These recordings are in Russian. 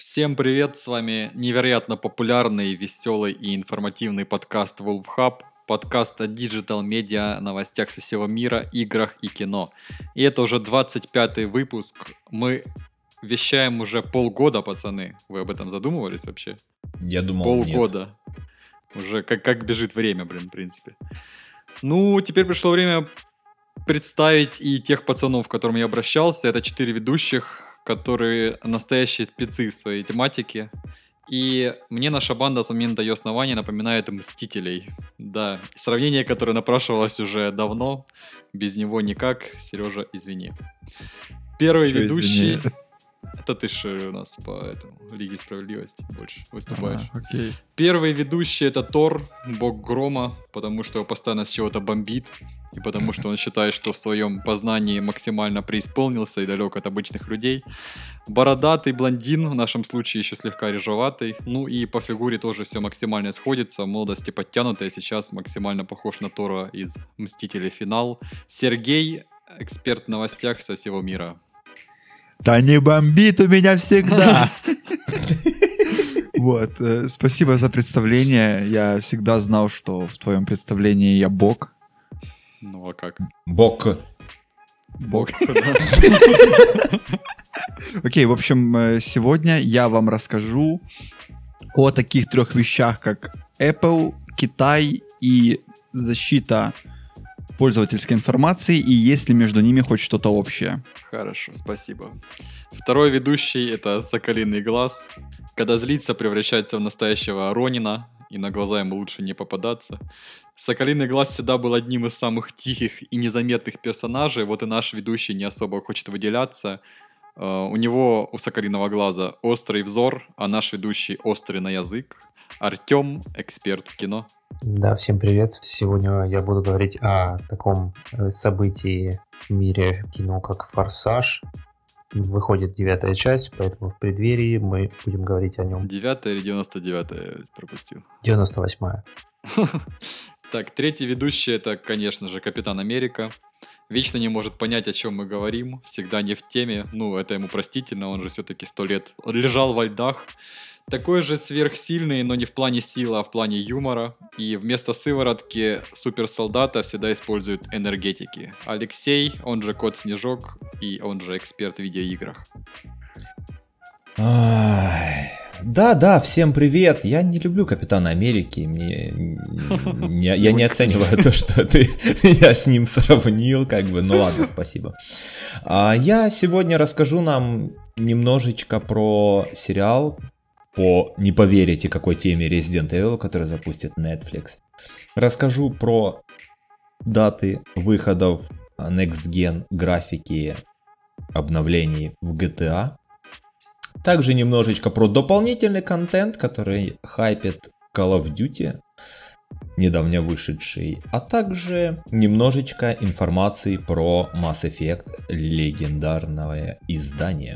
Всем привет, с вами невероятно популярный, веселый и информативный подкаст Wolf Hub, подкаст о диджитал-медиа, новостях со всего мира, играх и кино. И это уже 25-й выпуск, мы вещаем уже полгода, пацаны. Вы об этом задумывались вообще? Я думал, полгода. Нет. Уже как бежит время, в принципе. Ну, теперь пришло время представить и тех пацанов, к которым я обращался. Это 4 ведущих, которые настоящие спецы в своей тематике. И мне наша банда с момента ее основания напоминает Мстителей. Да, сравнение, которое напрашивалось уже давно. Без него никак. Сережа, извини. Первый Всё, ведущий... извини. Это ты же у нас по Лиге Справедливости больше выступаешь. Окей. Первый ведущий это Тор, бог грома, потому что его постоянно с чего-то бомбит. И потому что он считает, что в своем познании максимально преисполнился и далек от обычных людей. Бородатый блондин, в нашем случае еще слегка рыжеватый. Ну и по фигуре тоже все максимально сходится. В молодости подтянутый, а сейчас максимально похож на Тора из Мстителей Финал. Сергей, эксперт в новостях со всего мира. Да не бомбит у меня всегда. Вот, спасибо за представление. Я всегда знал, что в твоем представлении я бог. Ну а как? Бог. Окей, в общем, сегодня я вам расскажу о таких 3 вещах, как Apple, Китай и защита пользовательской информации, и есть ли между ними хоть что-то общее. Хорошо, спасибо. Второй ведущий это Соколиный Глаз. Когда злится, превращается в настоящего Ронина, и на глаза ему лучше не попадаться. Соколиный Глаз всегда был одним из самых тихих и незаметных персонажей, вот и наш ведущий не особо хочет выделяться. У него, у Соколиного Глаза, острый взор, а наш ведущий острый на язык. Артем, эксперт в кино. Да, всем привет. Сегодня я буду говорить о таком событии в мире кино, как «Форсаж». Выходит 9-я часть, поэтому в преддверии мы будем говорить о нем. 9-я или 99-я я пропустил? 98-я. Так, третий ведущий это, конечно же, Капитан Америка. Вечно не может понять, о чем мы говорим, всегда не в теме. Ну, это ему простительно, он же все-таки 100 лет лежал во льдах. Такой же сверхсильный, но не в плане силы, а в плане юмора. И вместо сыворотки суперсолдата всегда используют энергетики. Алексей, он же Кот Снежок, и он же эксперт в видеоиграх. Да, всем привет. Я не люблю Капитана Америки. Я не оцениваю то, что ты меня с ним сравнил. Ну ладно, спасибо. Я сегодня расскажу нам немножечко про сериал по, не поверите, какой теме Resident Evil, который запустит Netflix. Расскажу про даты выходов Next Gen графики обновлений в GTA. Также немножечко про дополнительный контент, который хайпит Call of Duty, недавно вышедший. А также немножечко информации про Mass Effect, легендарное издание.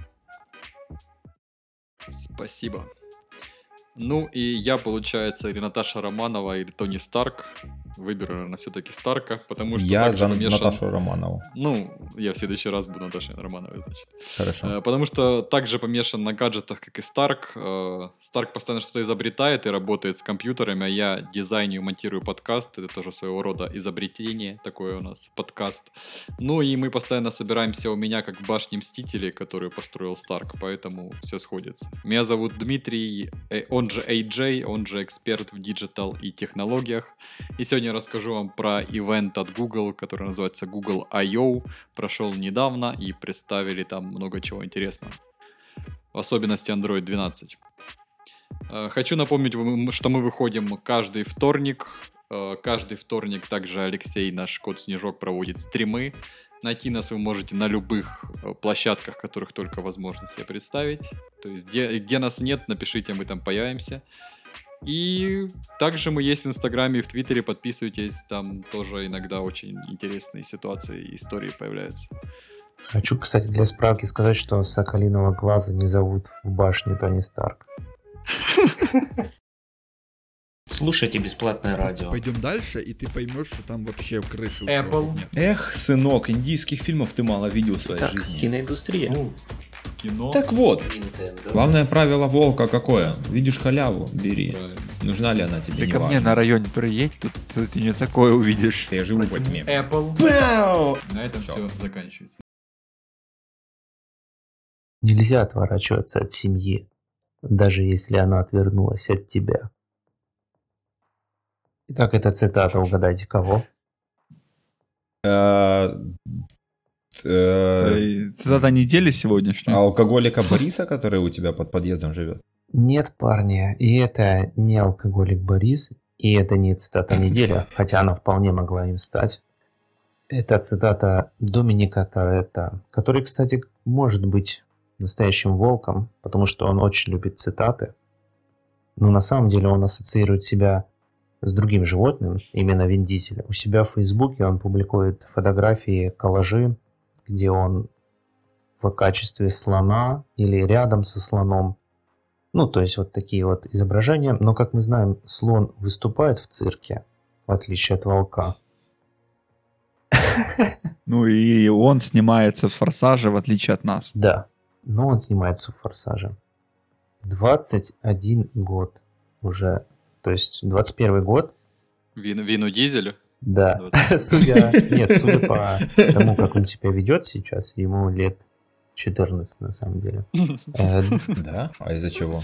Спасибо. Ну и я, получается, или Наташа Романова, или Тони Старк. Выберу, наверное, все-таки Старка, потому что... Я за Наташу Романову. Ну, я в следующий раз буду Наташей Романовой, значит. Хорошо. Потому что также помешан на гаджетах, как и Старк. Старк постоянно что-то изобретает и работает с компьютерами, а я дизайню и монтирую подкаст. Это тоже своего рода изобретение, такое у нас подкаст. Ну и мы постоянно собираемся у меня как в башне Мстителей, которую построил Старк, поэтому все сходится. Меня зовут Дмитрий, он же AJ, он же эксперт в диджитал и технологиях. И сегодня я расскажу вам про ивент от Google, который называется Google I.O. Прошел недавно и представили там много чего интересного. В особенности Android 12. Хочу напомнить, что мы выходим каждый вторник. Каждый вторник также Алексей, наш Кот Снежок, проводит стримы. Найти нас вы можете на любых площадках, которых только возможно себе представить. То есть, где нас нет, напишите, мы там появимся. И также мы есть в Инстаграме и в Твиттере, подписывайтесь, там тоже иногда очень интересные ситуации и истории появляются. Хочу, кстати, для справки сказать, что Соколиного Глаза не зовут в башне Тони Старк. Слушайте бесплатное радио. Пойдем дальше, и ты поймешь, что там вообще крыши у Apple. чуваков нет. Эх, сынок, индийских фильмов ты мало видел в своей Так, жизни. киноиндустрия. Кино. Так вот, Nintendo. главное правило волка какое? Видишь халяву, бери. Правильно. Нужна ли она тебе, Ты не ко мне важно. на районе приедь, тут ты не такое увидишь. Я живу во тьме. Apple. Бау! На этом Всё. все заканчивается. Нельзя отворачиваться от семьи, даже если она отвернулась от тебя. Итак, это цитата, угадайте кого? Цитата недели сегодняшняя. Алкоголика Бориса, который у тебя под подъездом живет. Нет, парни, и это не алкоголик Борис, и это не цитата недели, хотя она вполне могла им стать. Это цитата Доминика Торетто, который, кстати, может быть настоящим волком, потому что он очень любит цитаты. Но на самом деле он ассоциирует себя с другим животным, именно Вин Дизель. У себя в Фейсбуке он публикует фотографии, коллажи, где он в качестве слона или рядом со слоном. Ну, то есть вот такие вот изображения. Но, как мы знаем, слон выступает в цирке, в отличие от волка. Ну и он снимается в «Форсаже», в отличие от нас. Да, но он снимается в «Форсаже». 21 год уже. То есть 21 год. Вину Дизелю. Да. 20. Судя по тому, как он себя ведет сейчас, ему лет 14 на самом деле. Да? А из-за чего?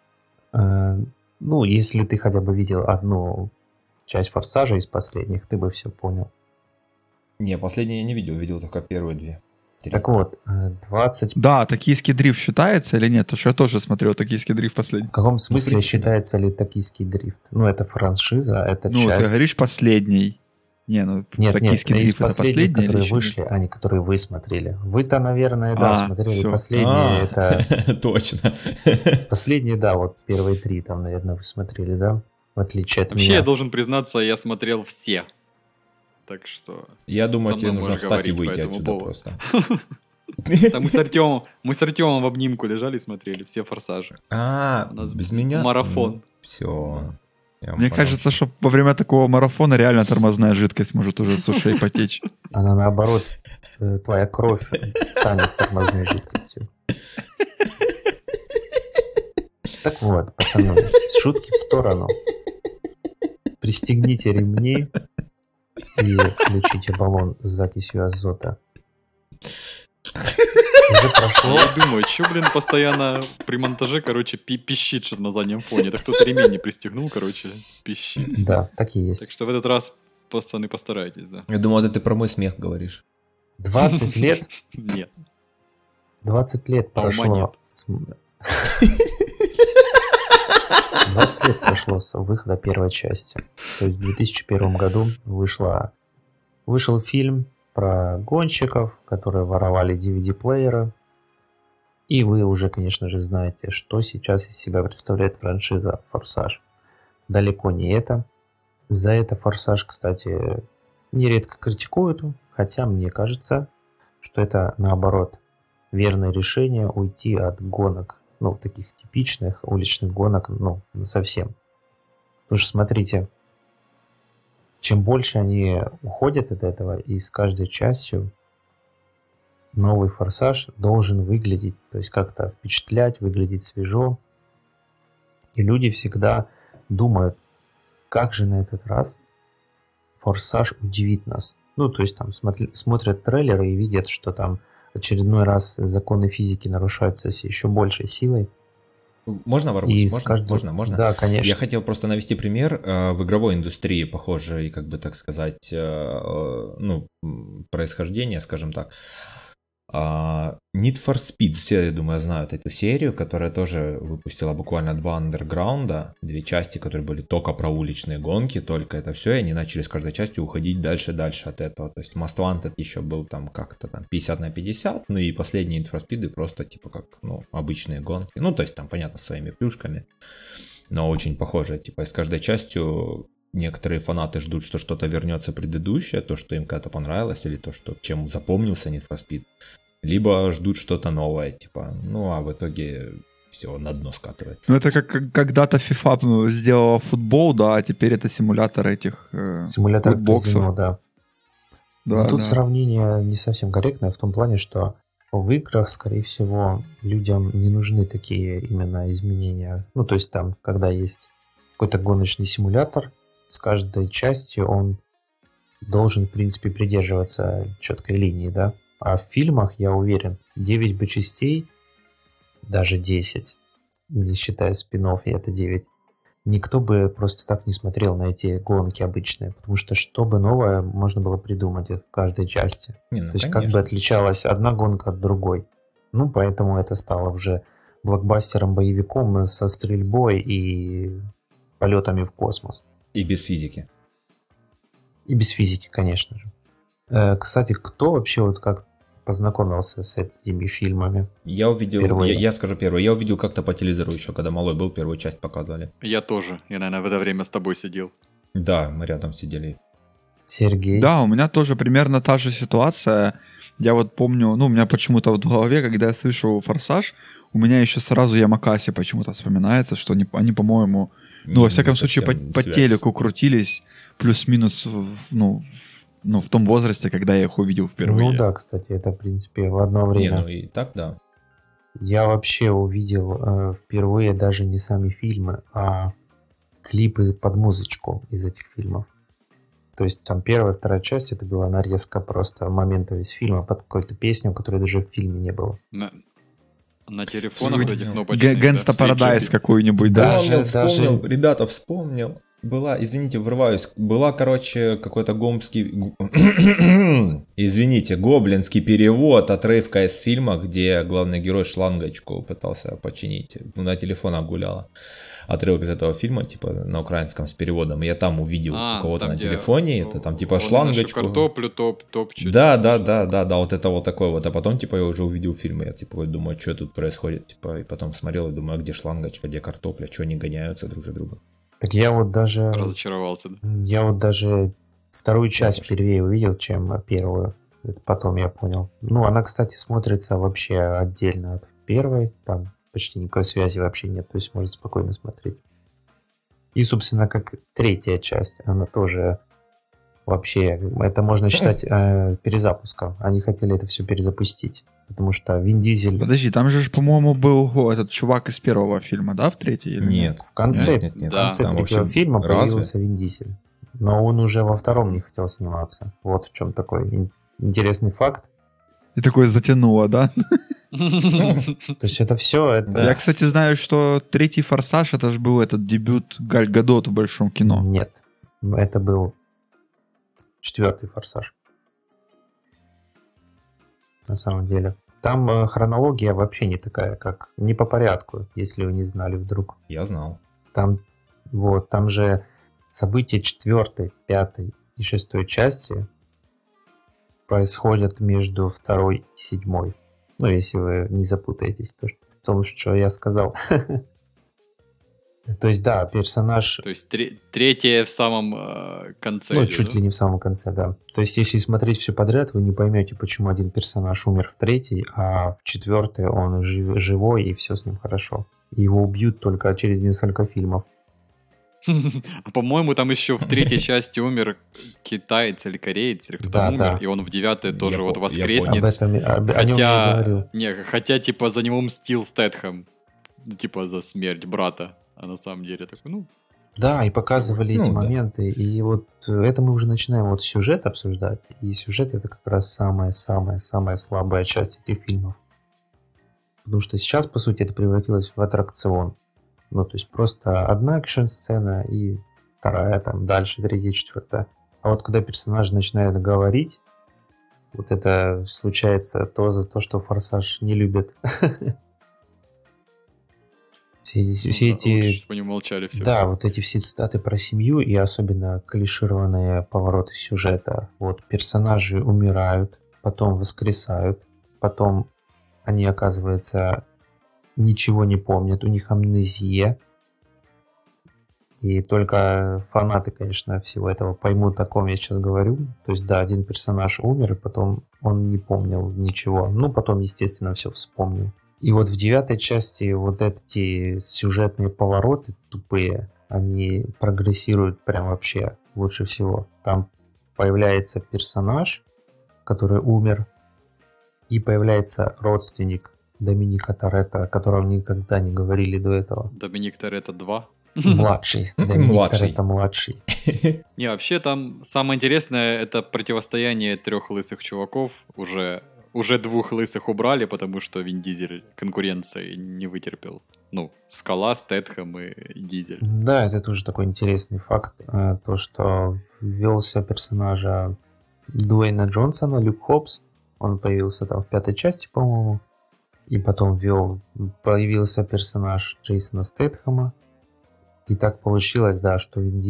Ну, если ты хотя бы видел одну часть «Форсажа» из последних, ты бы все понял. Не, последний я не видел только первые две. Так вот, 20... Да, токийский дрифт считается или нет? Потому что я тоже смотрел токийский дрифт последний. В каком смысле принципе, считается ли токийский дрифт? Ну, это франшиза, это Ну, часть... ты говоришь последний. Не, ну Нет, токийский из дрифт это последних, последний или которые еще вышли, а не которые вы смотрели. Вы-то, наверное, да, А, смотрели всё. последние, это... Точно. Последние, да, вот первые 3 там, наверное, вы смотрели, да? В отличие от Вообще, меня. я должен признаться, я смотрел все. Так что... Я думаю, Со тебе мной нужно можешь встать и говорить по выйти этому отсюда поводу. просто. Да мы с Артемом в обнимку лежали и смотрели все «Форсажи». А, У нас без меня? марафон. Все. Мне кажется, что во время такого марафона реально тормозная жидкость может уже с ушей потечь. Она наоборот, твоя кровь станет тормозной жидкостью. Так вот, пацаны, шутки в сторону. Пристегните ремни и включите баллон с закисью азота. Уже прошло. Я думаю, что, блин, постоянно при монтаже, короче, пищит что-то на заднем фоне. Это кто-то ремень не пристегнул, короче, пищит. Да, так и есть. Так что в этот раз, пацаны, постарайтесь, да. Я думал, это ты про мой смех говоришь. 20 лет, Нет. 20 лет А ума прошло. нет. 20 лет прошло с выхода первой части. То есть в 2001 году вышел фильм про гонщиков, которые воровали DVD-плееры. И вы уже, конечно же, знаете, что сейчас из себя представляет франшиза «Форсаж». Далеко не это. За это «Форсаж», кстати, нередко критикуют, хотя мне кажется, что это, наоборот, верное решение уйти от гонок, ну, таких типичных уличных гонок, ну, совсем. Потому что, смотрите, чем больше они уходят от этого, и с каждой частью новый «Форсаж» должен выглядеть, то есть как-то впечатлять, выглядеть свежо. И люди всегда думают, как же на этот раз «Форсаж» удивит нас. Ну, то есть там смотрят трейлеры и видят, что там очередной раз законы физики нарушаются с еще большей силой. Можно ворвусь? И Можно? Да, конечно. Я хотел просто навести пример в игровой индустрии, похожей, как бы так сказать, происхождение, скажем так. Need for Speed, все, я думаю, знают эту серию, которая тоже выпустила буквально 2 андерграунда, 2 части, которые были только про уличные гонки, только это все, и они начали с каждой частью уходить дальше от этого. То есть Most Wanted еще был там как-то там 50/50, ну и последние Need for Speed просто типа как, обычные гонки. Ну, то есть там, понятно, своими плюшками, но очень похоже, типа, и с каждой частью некоторые фанаты ждут, что что-то вернется предыдущее, то, что им когда-то понравилось, или то, что чем запомнился Need for Speed. Либо ждут что-то новое, типа, а в итоге все на дно скатывается. Ну, это как когда-то FIFA сделала футбол, да, а теперь это симулятор этих Симулятор футбоксов. казино, да. Да, Но тут да. сравнение не совсем корректное в том плане, что в играх, скорее всего, людям не нужны такие именно изменения. Ну, то есть там, когда есть какой-то гоночный симулятор, с каждой частью он должен, в принципе, придерживаться четкой линии, да. А в фильмах, я уверен, 9 бы частей, даже 10, не считая спин-офф, и это 9, никто бы просто так не смотрел на эти гонки обычные, потому что что-бы новое можно было придумать в каждой части. Не, ну, То есть как конечно. бы отличалась одна гонка от другой. Ну, поэтому это стало уже блокбастером-боевиком со стрельбой и полетами в космос. И без физики. И без физики, конечно же. Кстати, кто вообще вот как познакомился с этими фильмами? Я увидел, Впервые. я скажу первое, я увидел как-то по телевизору еще, когда малой был, первую часть показывали. Я тоже. Я, наверное, в это время с тобой сидел. Да, мы рядом сидели. Сергей? Да, у меня тоже примерно та же ситуация. Я вот помню, ну, у меня почему-то вот в голове, когда я слышу «Форсаж», у меня еще сразу Ямакаси почему-то вспоминается, что они, по-моему, ну, во всяком случае, по телеку крутились плюс-минус, в том возрасте, когда я их увидел впервые. Ну да, кстати, это, в принципе, в одно время. Не, ну и так, да. Я вообще увидел впервые даже не сами фильмы, а клипы под музычку из этих фильмов. То есть там первая, вторая часть, это была нарезка просто моментов из фильма под какую-то песню, которой даже в фильме не было. На телефонах вот этих кнопочных. Gangsta Paradise какую-нибудь, да? Вспомнил, ребята, вспомнил. Была, извините, врываюсь, была, короче, какой-то гоблинский перевод, отрывка из фильма, где главный герой шлангочку пытался починить, на телефонах гуляла. Отрывок из этого фильма, типа, на украинском с переводом. Я там увидел у кого-то там, на где телефоне, это там, типа, он шлангочку. нашу картоплю топчет. Да, вот это вот такое вот. А потом, типа, я уже увидел фильм, и я, типа, думаю, что тут происходит, типа, и потом смотрел и думаю, а где шлангочка, где картопля, что они гоняются друг за другом. Так я вот даже... Разочаровался, да? Я вот даже вторую часть тоже. впервые увидел, чем первую. Это потом я понял. Ну, она, кстати, смотрится вообще отдельно от первой. Там почти никакой связи вообще нет. То есть можно спокойно смотреть. И, собственно, как третья часть, она тоже вообще... Это можно считать перезапуском. Они хотели это все перезапустить. Потому что Вин Дизель... Подожди, там же, по-моему, был этот чувак из первого фильма, да, в третьей? Или Нет. В конце, Нет. в конце Там третьего вообще фильма разве? появился Вин Дизель. Но он уже во втором не хотел сниматься. Вот в чем такой интересный факт. И такое затянуло, да? То есть это все, это... Да. Я, кстати, знаю, что третий «Форсаж» это же был этот дебют Галь Гадот в большом кино. Нет, это был четвертый «Форсаж». На самом деле. Там хронология вообще не такая, как... Не по порядку, если вы не знали вдруг. Я знал. Там же события 4, 5 и 6 части происходят между 2 и 7. Ну, если вы не запутаетесь в том, что я сказал. То есть, да, персонаж... То есть третье в самом конце. Ну, идет, чуть да? ли не в самом конце, да. То есть, если смотреть все подряд, вы не поймете, почему один персонаж умер в третьей, а в четвертой он живой и все с ним хорошо. И его убьют только через несколько фильмов. По-моему, там еще в третьей части умер китаец или кореец, или кто Да, там умер, да. и он в 9-й тоже Я вот понял. воскреснет. О нем я и говорил. Хотя, типа, за него мстил Стэтхэм. Ну, типа, за смерть брата. А на самом деле такой, ну... Да, и показывали Ну, эти да. моменты. И вот это мы уже начинаем вот сюжет обсуждать. И сюжет это как раз самая слабая часть этих фильмов. Потому что сейчас, по сути, это превратилось в аттракцион. Ну, то есть просто одна экшн-сцена и вторая, там, дальше, третья, четвертая. А вот когда персонажи начинают говорить, вот это случается за то, что «Форсаж» не любят. Все эти... Лучше, чтобы они молчали все. Да, вот эти все цитаты про семью и особенно клишированные повороты сюжета. Вот персонажи умирают, потом воскресают, потом они, оказывается, ничего не помнят, у них амнезия. И только фанаты, конечно, всего этого поймут, о ком я сейчас говорю. То есть, да, один персонаж умер, и потом он не помнил ничего. Ну, потом, естественно, все вспомнил. И вот в 9 части вот эти сюжетные повороты тупые, они прогрессируют прям вообще лучше всего. Там появляется персонаж, который умер, и появляется родственник Доминика Торетто, о котором никогда не говорили до этого. Доминик Торетто 2. Младший. Доминик Младший. Торетто младший. Не, вообще там самое интересное это противостояние 3 лысых чуваков. Уже 2 лысых убрали, потому что Вин Дизель конкуренции не вытерпел. Ну, Скала, Стэтхэм и Дизель. Да, это тоже такой интересный факт. То, что ввелся персонажа Дуэйна Джонсона, Люк Хопс. Он появился там в 5 части, по-моему. И потом появился персонаж Джейсона Стэтхэма. И так получилось, да, что Вину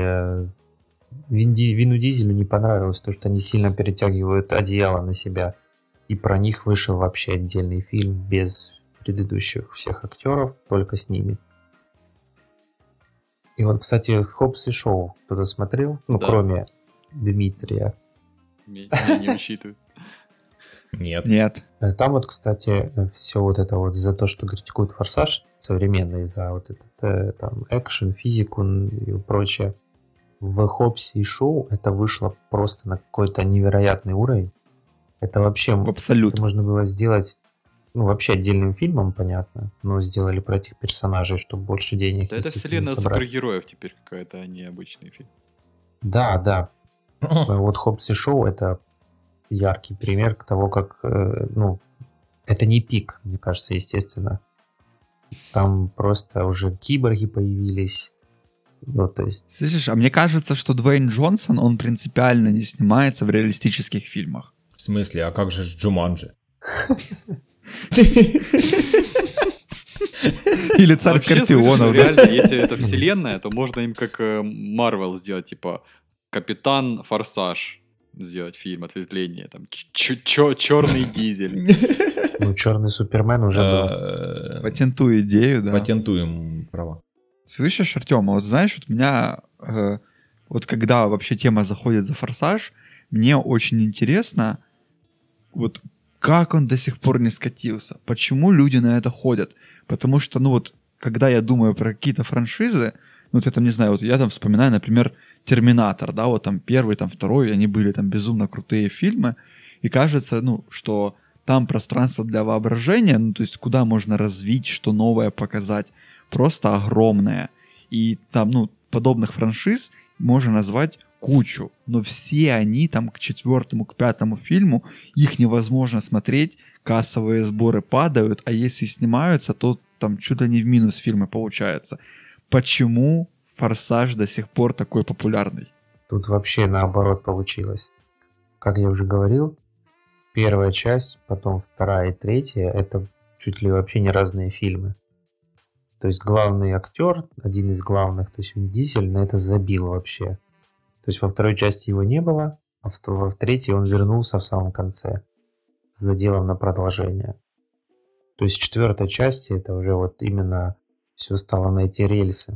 Дизелю не понравилось то, что они сильно перетягивают одеяло на себя. И про них вышел вообще отдельный фильм без предыдущих всех актеров, только с ними. И вот, кстати, Хоббс и Шоу кто-то смотрел? Ну, Да. кроме Дмитрия. Меня не учитывают. Нет. Нет. Там вот, кстати, все вот это вот за то, что критикуют «Форсаж» современный, за вот этот там экшен, физику и прочее. В «Хоббсе и Шоу» это вышло просто на какой-то невероятный уровень. Это вообще... В абсолют. Это можно было сделать, ну, вообще отдельным фильмом, понятно, но сделали про этих персонажей, чтобы больше денег... Да это естественно, вселенная собрать. супергероев теперь какая-то, а не обычный фильм. Да, да. Вот «Хоббс и Шоу» — это яркий пример того, как, ну, это не пик, мне кажется, естественно. Там просто уже киборги появились. Ну, то есть... Слышишь, а мне кажется, что Дуэйн Джонсон, он принципиально не снимается в реалистических фильмах. В смысле, а как же Джуманджи? Или Царь Вообще, Скорпионов. слышишь, реально, если это вселенная, то можно им как Марвел сделать, типа Капитан Форсаж сделать фильм, ответвление, там черный дизель. Ну, черный Супермен уже был. Патентую идею, да. Патентуем права. Слышишь, Артем, а вот знаешь, вот у меня, вот когда вообще тема заходит за «Форсаж», мне очень интересно, вот как он до сих пор не скатился, почему люди на это ходят, потому что, ну вот, когда я думаю про какие-то франшизы, ну вот я там, не знаю, вот я там вспоминаю, например, «Терминатор», да, вот там первый, там второй, они были там безумно крутые фильмы, и кажется, ну, что там пространство для воображения, ну, то есть куда можно развить, что новое показать, просто огромное. И там, ну, подобных франшиз можно назвать кучу, но все они там к 4-му, к 5-му фильму, их невозможно смотреть, кассовые сборы падают, а если снимаются, то там чуть ли не в минус фильмы получается. Почему «Форсаж» до сих пор такой популярный? Тут вообще наоборот получилось. Как я уже говорил, первая часть, потом вторая и третья, это чуть ли вообще не разные фильмы. То есть главный актер, один из главных, то есть Вин Дизель, на это забил вообще. То есть во второй части его не было, а во третьей он вернулся в самом конце с заделом на продолжение. То есть в 4-й части это уже вот именно все стало на эти рельсы.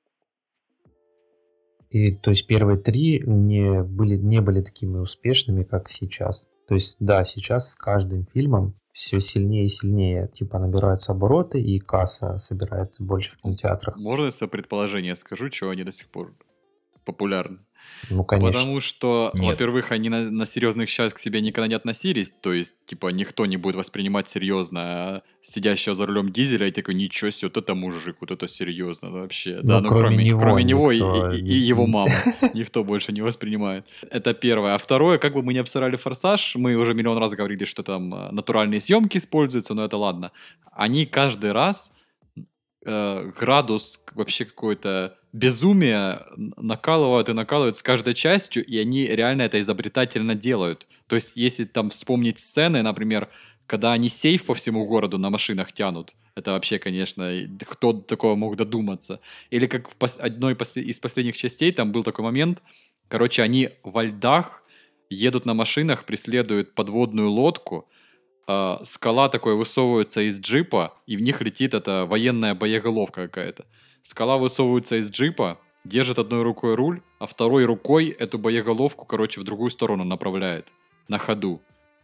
И то есть первые 3 не были такими успешными, как сейчас. То есть да, сейчас с каждым фильмом все сильнее и сильнее типа набираются обороты, и касса собирается больше в кинотеатрах. Можно я свое предположение скажу, чего они до сих пор популярны? Ну, конечно. Потому что, Нет. во-первых, они на серьезных щас к себе никогда не относились, то есть, типа, никто не будет воспринимать серьезно сидящего за рулем Дизеля и такой, ничего себе, вот это мужик, вот это серьезно вообще. Да, ну кроме него никто и его мамы. Никто больше не воспринимает. Это первое. А второе, как бы мы не обсирали «Форсаж», мы уже миллион раз говорили, что там натуральные съемки используются, но это ладно. Они каждый раз градус вообще какой-то безумие накалывают и накалывают с каждой частью, и они реально это изобретательно делают. То есть, если там вспомнить сцены, например, когда они сейф по всему городу на машинах тянут, это вообще, конечно, кто до такого мог додуматься. Или как в одной из последних частей там был такой момент, короче, они во льдах едут на машинах, преследуют подводную лодку, Скала такой высовывается из джипа, и в них летит эта военная боеголовка какая-то. Скала высовывается из джипа, держит одной рукой руль, а второй рукой эту боеголовку, короче, в другую сторону направляет на ходу.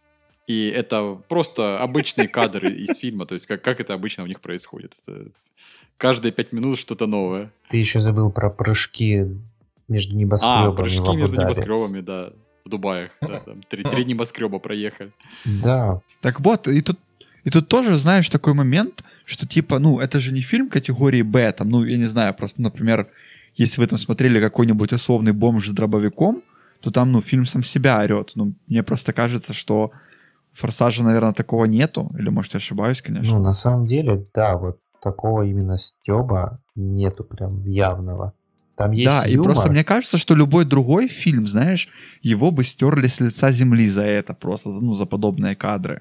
И это просто обычные кадры из фильма, то есть как это обычно у них происходит. Это каждые 5 минут что-то новое. Ты еще забыл про прыжки между небоскребами в Прыжки между Абу-Даби. небоскребами, да, в Дубаях. Да, там 3 небоскреба проехали. Да, Так вот, и тут тоже, знаешь, такой момент, что типа, ну, это же не фильм категории Б, там, ну, я не знаю, просто, например, если вы там смотрели какой-нибудь условный бомж с дробовиком, то там, ну, фильм сам себя орет. Ну, мне просто кажется, что «Форсажа», наверное, такого нету. Или, может, я ошибаюсь, конечно. ну на самом деле, да, вот такого именно стёба нету прям явного. Там есть Да, и юмор. просто мне кажется, что любой другой фильм, знаешь, его бы стерли с лица земли за это просто, ну, за подобные кадры.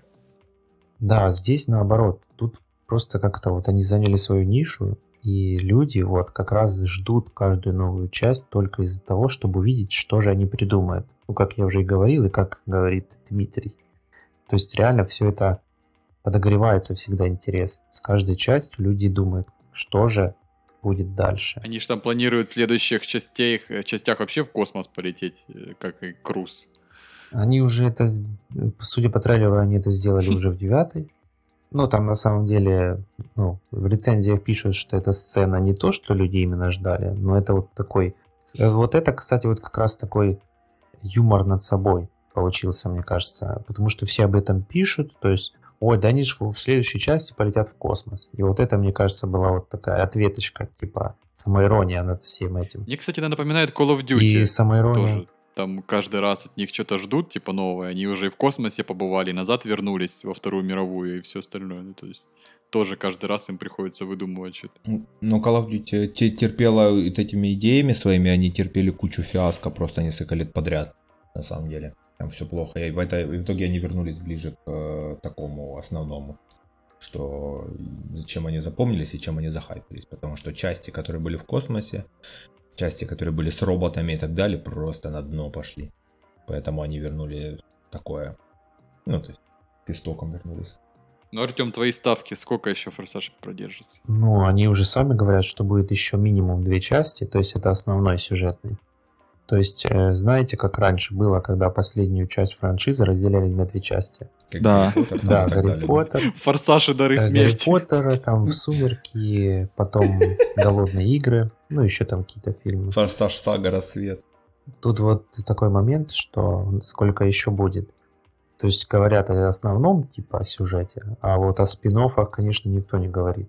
Да, здесь наоборот. Тут просто как-то вот они заняли свою нишу, и люди вот как раз ждут каждую новую часть только из-за того, чтобы увидеть, что же они придумают. Ну, как я уже и говорил, и как говорит Дмитрий. То есть реально все это подогревается всегда интерес. С каждой частью люди думают, что же будет дальше. Они же там планируют в следующих частях вообще в космос полететь, как и Круз. Они уже это, судя по трейлеру, они это сделали уже в 9-й. Ну, там на самом деле, ну, в рецензиях пишут, что эта сцена не то, что люди именно ждали, но это вот такой... Вот это, кстати, вот как раз такой юмор над собой получился, мне кажется. Потому что все об этом пишут, то есть, ой, да они же в следующей части полетят в космос. И вот это, мне кажется, была вот такая ответочка, типа самоирония над всем этим. Мне, кстати, это напоминает Call of Duty. И самоирония... Тоже. Там каждый раз от них что-то ждут, типа новое. Они уже и в космосе побывали, назад вернулись во Вторую мировую и все остальное. Ну, то есть тоже каждый раз им приходится выдумывать что-то. Но Call of Duty терпела вот этими идеями своими, они терпели кучу фиаско просто несколько лет подряд, на самом деле. Там все плохо. И в итоге они вернулись ближе к такому основному, что зачем они запомнились и чем они захайпились. Потому что части, которые были в космосе, части, которые были с роботами и так далее, просто на дно пошли. Поэтому они вернули такое. Ну, то есть, к истокам вернулись. Ну, Артем, твои ставки, сколько еще Форсаж продержится? Ну, они уже сами говорят, что будет еще минимум 2 части, то есть это основной сюжетный. То есть, знаете, как раньше было, когда последнюю часть франшизы разделяли на 2 части? Как Да. Гарри Поттер, Да, и так Гарри далее. Поттер, Форсаж и дары Гарри смерти. Поттера, там в «Сумерки», потом «Голодные игры», ну, еще там какие-то фильмы. Форсаж Сага Рассвет. Тут вот такой момент, что сколько еще будет. То есть говорят о основном, типа, о сюжете, а вот о спин-оффах, конечно, никто не говорит.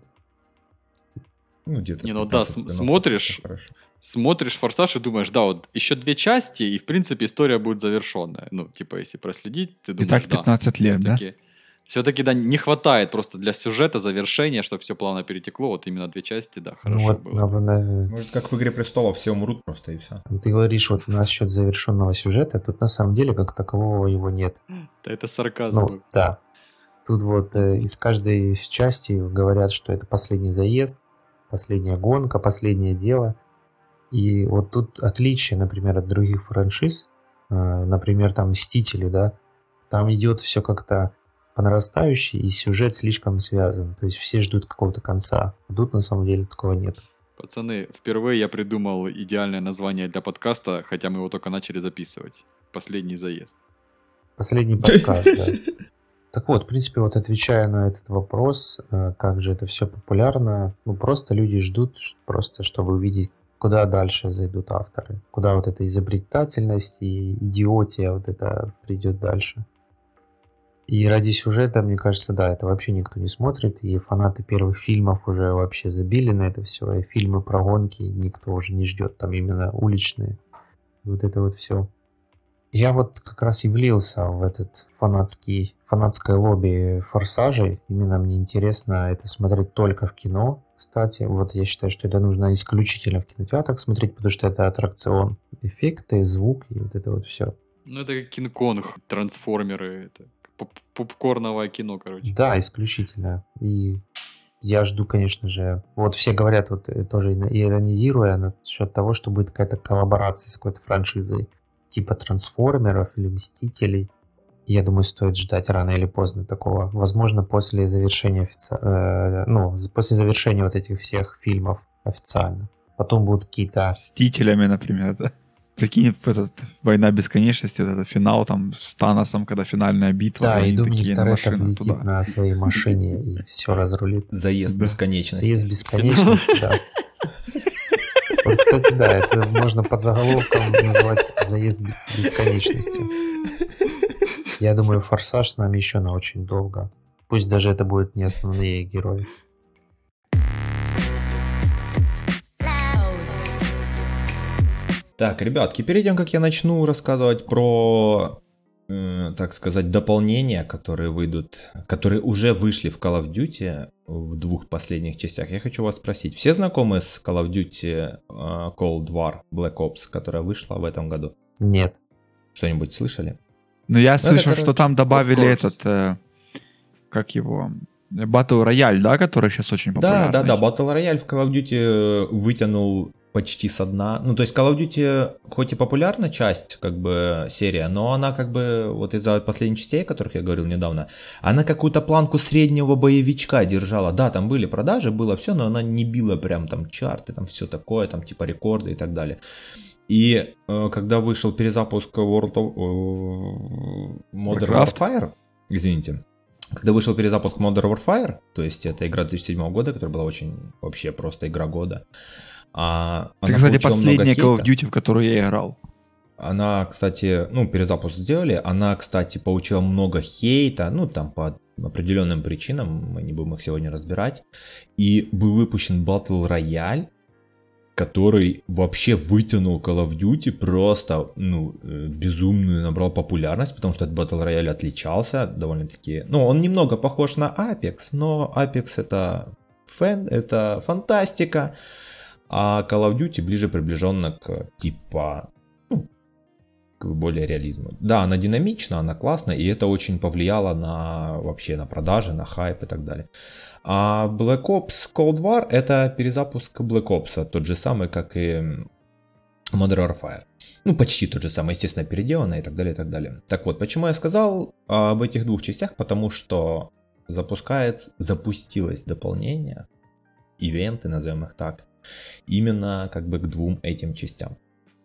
Ну, где-то Не, ну да, 15 спин-оффов, смотришь, это хорошо. смотришь «Форсаж» и думаешь, да, вот еще 2 части, и, в принципе, история будет завершенная. Ну, типа, если проследить, ты И думаешь, так да. 15 лет, да? Все-таки, да, не хватает просто для сюжета завершения, чтобы все плавно перетекло. Вот именно 2 части, да, хорошо Ну вот было. Может, как в «Игре престолов», все умрут просто и все. ты говоришь вот насчет завершенного сюжета, тут на самом деле как такового его нет. Да это сарказм был. Ну, да. Тут вот из каждой части говорят, что это последний заезд, последняя гонка, последнее дело. И вот тут отличие, например, от других франшиз, например, там «Мстители», да, там идет все как-то по нарастающей, и сюжет слишком связан. То есть все ждут какого-то конца. А тут на самом деле такого нет. Пацаны, впервые я придумал идеальное название для подкаста, хотя мы его только начали записывать. «Последний заезд». Последний подкаст, да. Так вот, в принципе, вот отвечая на этот вопрос, как же это все популярно, ну просто люди ждут, просто чтобы увидеть, куда дальше зайдут авторы, куда вот эта изобретательность и идиотия вот это придет дальше. И ради сюжета, мне кажется, да, это вообще никто не смотрит, и фанаты первых фильмов уже вообще забили на это все, и фильмы про гонки никто уже не ждет, там именно уличные, вот это вот все. Я вот как раз и влился в этот фанатское лобби «Форсажей». Именно мне интересно это смотреть только в кино, кстати. Вот я считаю, что это нужно исключительно в кинотеатрах смотреть, потому что это аттракцион. Эффекты, звук и вот это вот все. Ну это как Кинг-Конг, трансформеры, это попкорновое кино, короче. Да, исключительно. И я жду, конечно же, вот все говорят, вот тоже иронизируя насчет того, что будет какая-то коллаборация с какой-то франшизой, типа трансформеров или мстителей. Я думаю, стоит ждать рано или поздно такого. Возможно, после завершения после завершения вот этих всех фильмов официально. Потом будут какие-то... С «Мстителями», например, да? Прикинь, «Война бесконечности», вот этот финал там с Таносом, когда финальная битва, Да, и они Доминик такие на Торетто машинах влетит туда. на своей машине и все разрулит. Заезд бесконечности. Заезд бесконечности, да. Вот, кстати, да, это можно под заголовком назвать «Заезд бесконечности». Я думаю, «Форсаж» с нами еще на очень долго. Пусть даже это будут не основные герои. Так, ребятки, перед тем, как я начну рассказывать про, так сказать, дополнения, которые выйдут, которые уже вышли в Call of Duty в 2 последних частях, я хочу вас спросить, все знакомы с Call of Duty Cold War Black Ops, которая вышла в этом году? Нет. Что-нибудь слышали? Ну, я слышал, короче, что там добавили of course. этот, как его, Battle Royale, да, который сейчас очень популярный. Да, Battle Royale в Call of Duty вытянул почти со дна. Ну, то есть Call of Duty, хоть и популярная часть, как бы, серия, но она, как бы, вот из-за последних частей, о которых я говорил недавно, она какую-то планку среднего боевичка держала. Да, там были продажи, было все, но она не била прям там чарты, там все такое, там типа рекорды и так далее. И когда вышел перезапуск World of Modern Warfare, извините, когда вышел перезапуск Modern Warfare, то есть это игра 2007 года, которая была очень вообще просто игра года. Это, кстати, последняя Call of Duty, в которую я играл. Она, кстати, ну, перезапуск сделали, она, кстати, получила много хейта, ну, там по определенным причинам, мы не будем их сегодня разбирать. И был выпущен Battle Royale, который вообще вытянул Call of Duty просто, ну, безумную, набрал популярность, потому что этот Battle Royale отличался довольно-таки... Ну, он немного похож на Apex, но Apex это фантастика, а Call of Duty ближе приближенно к, типа, ну, к более реализму. Да, она динамична, она классная, и это очень повлияло на, вообще, на продажи, на хайп и так далее. А Black Ops Cold War — это перезапуск Black Ops, тот же самый, как и Modern Warfare. Ну, почти тот же самый, естественно, переделанный и так далее, и так далее. Так вот, почему я сказал об этих 2 частях? Потому что запустилось дополнение, ивенты, назовем их так, именно как бы к 2 этим частям.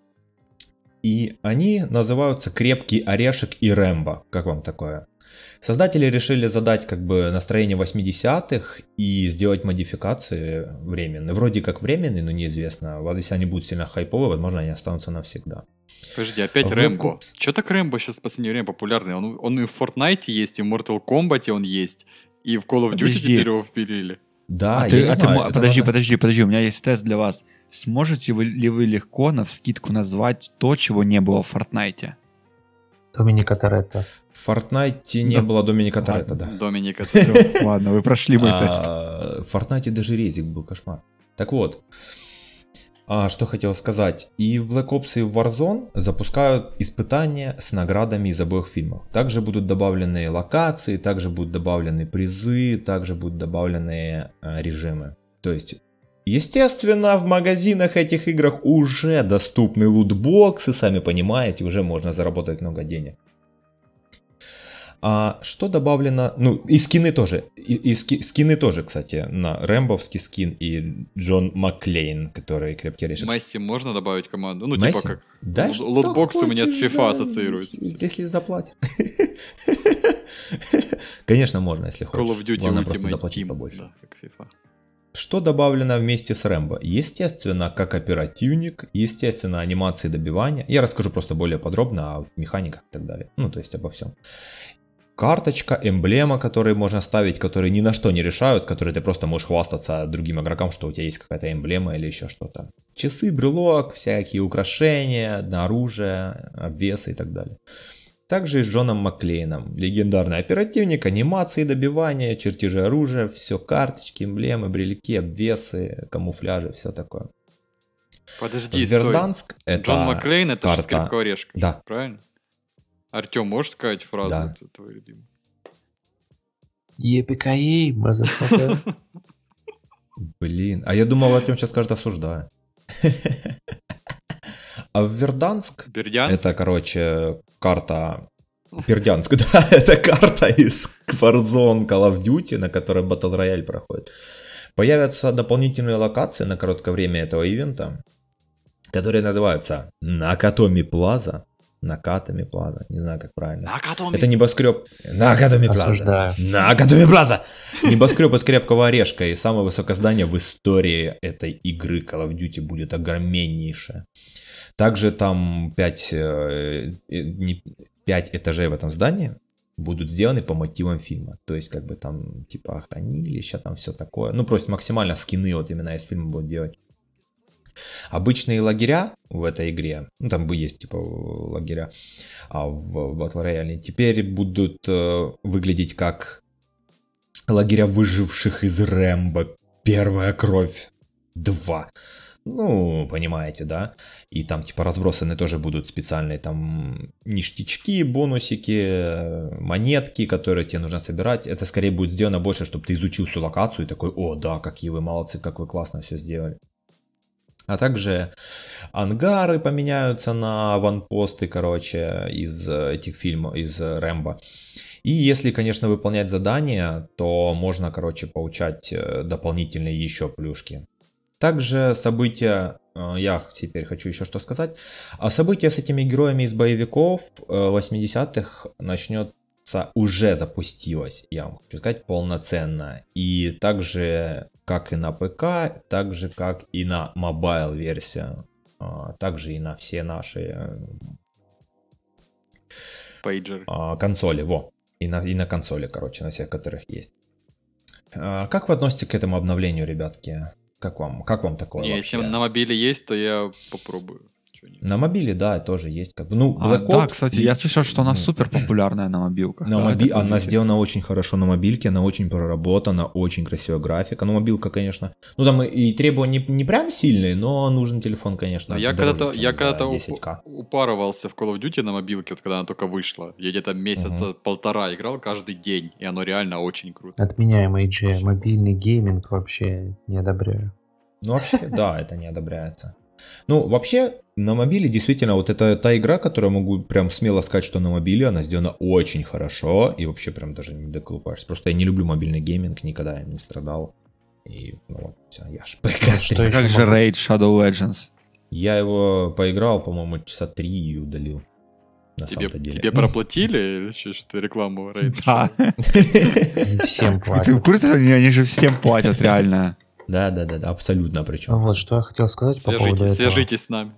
И они называются «Крепкий орешек» и «Рэмбо». Как вам такое? Создатели решили задать как бы настроение 80-х и сделать модификации временные. Вроде как временные, но неизвестно. Вот если они будут сильно хайповые, возможно, они останутся навсегда. Подожди, опять Рэмбо. Че так Рэмбо сейчас в последнее время популярный? Он и в Fortnite есть, и в Mortal Kombat он есть, и в Call of Duty теперь его впилили. Да, подожди, у меня есть тест для вас. Сможете ли вы легко навскидку назвать то, чего не было в Fortnite? Доминика Торетто. В Fortnite не было Доминика Торетто, да. Доминика Торетто. Ладно, вы прошли мой тест. В Fortnite даже резик был, кошмар. Так вот, что хотел сказать. И в Black Ops и в Warzone запускают испытания с наградами из обоих фильмов. Также будут добавлены локации, также будут добавлены призы, также будут добавлены режимы. То есть, естественно, в магазинах этих играх уже доступны лутбоксы, сами понимаете, уже можно заработать много денег. А что добавлено? Ну, и скины тоже. Скины тоже, кстати, на Рэмбовский скин и Джон Маклейн, который крепкий орешек. Месси можно добавить команду? Ну, Месси? типа как Да, лутбокс у меня с хочешь, FIFA да, ассоциируется. Если заплатят. Конечно, можно, если хочешь. Call of Duty Главное просто Ultimate доплатить Team, побольше. да, как FIFA. Что добавлено вместе с Рэмбо? Естественно, как оперативник, естественно, анимации добивания. Я расскажу просто более подробно о механиках и так далее. Ну, то есть обо всем. Карточка, эмблема, которые можно ставить, которые ни на что не решают, которые ты просто можешь хвастаться другим игрокам, что у тебя есть какая-то эмблема или еще что-то. Часы, брелок, всякие украшения, оружие, обвесы и так далее. Также и с Джоном Маклейном. Легендарный оперативник, анимации добивания, чертежи оружия, все карточки, эмблемы, брелки, обвесы, камуфляжи, все такое. Подожди, Верданск — это Джон Маклейн — это же карта... с крепкого орешка. Да. Правильно? Артем, можешь сказать фразу Да. твою любимую? Епикаей, мазафака. Блин, а я думал, Артем сейчас скажет «осуждаю». А в Верданск Бердянск? это, короче, карта... Бердянск, да, это карта из Warzone Call of Duty, на которой Battle Royale проходит. Появятся дополнительные локации на короткое время этого ивента. которые называются Накатоми Плаза. Накатоми Плаза, не знаю, как правильно. Накатоми. Это небоскреб. Накатоми Плаза. Осуждаю. Накатоми Плаза. Небоскреб из крепкого орешка. И самое высокое здание в истории этой игры Call of Duty будет огромнейшее. Также там 5 этажей в этом здании будут сделаны по мотивам фильма. То есть, как бы там, типа, хранилища, там все такое. Ну, просто максимально скины вот именно из фильма будут делать. Обычные лагеря в этой игре, ну, там бы есть, типа, лагеря, а в Battle Royale теперь будут выглядеть как лагеря выживших из Рэмбо. Первая кровь 2. Ну, понимаете, да? И там, типа, разбросаны тоже будут специальные там ништячки, бонусики, монетки, которые тебе нужно собирать. Это скорее будет сделано больше, чтобы ты изучил всю локацию и такой: о, да, какие вы молодцы, как вы классно все сделали. А также ангары поменяются на аванпосты, короче, из этих фильмов, из Рэмбо. И если, конечно, выполнять задания, то можно, короче, получать дополнительные еще плюшки. Также события, я теперь хочу еще что сказать, а события с этими героями из боевиков 80-х уже запустилось, я вам хочу сказать, полноценно. И также, как и на ПК, так же, как и на мобайл версию, также и на все наши Пейджеры. Консоли, и на консоли, короче, на всех, которых есть. Как вы относитесь к этому обновлению, ребятки? Как вам такое Не, вообще? если на мобиле есть, то я попробую. На мобиле, да, тоже есть. Как бы, ну, Black Да, Ops, кстати, я слышал, что она супер популярная на мобилках. Она сделана очень хорошо на мобильке, она очень проработана, очень красивая графика. Ну, мобилка, конечно, ну там и требования не прям сильные, но нужен телефон, конечно. Я дороже, чем когда-то за 10К. упарывался в Call of Duty на мобилке, вот когда она только вышла. Я где-то месяца полтора играл каждый день, и оно реально очень круто. Отменяем AJ. Мобильный гейминг вообще не одобряю. Ну, вообще, да, это не одобряется. Ну, вообще, на мобиле действительно, вот это та игра, которую могу прям смело сказать, что на мобиле она сделана очень хорошо, и вообще прям даже не доколупаешься. Просто я не люблю мобильный гейминг, никогда им не страдал. И, ну вот, все, я ж ПК. Как же Raid Shadow Legends? Я его поиграл, по-моему, часа 3 и удалил. На самом-то деле. Тебе проплатили или что ты рекламу Raid? Да. Всем Ты в платят. курсе, что они же всем платят, реально? Да, абсолютно причем. Вот, что я хотел сказать по поводу этого. Свяжитесь с нами.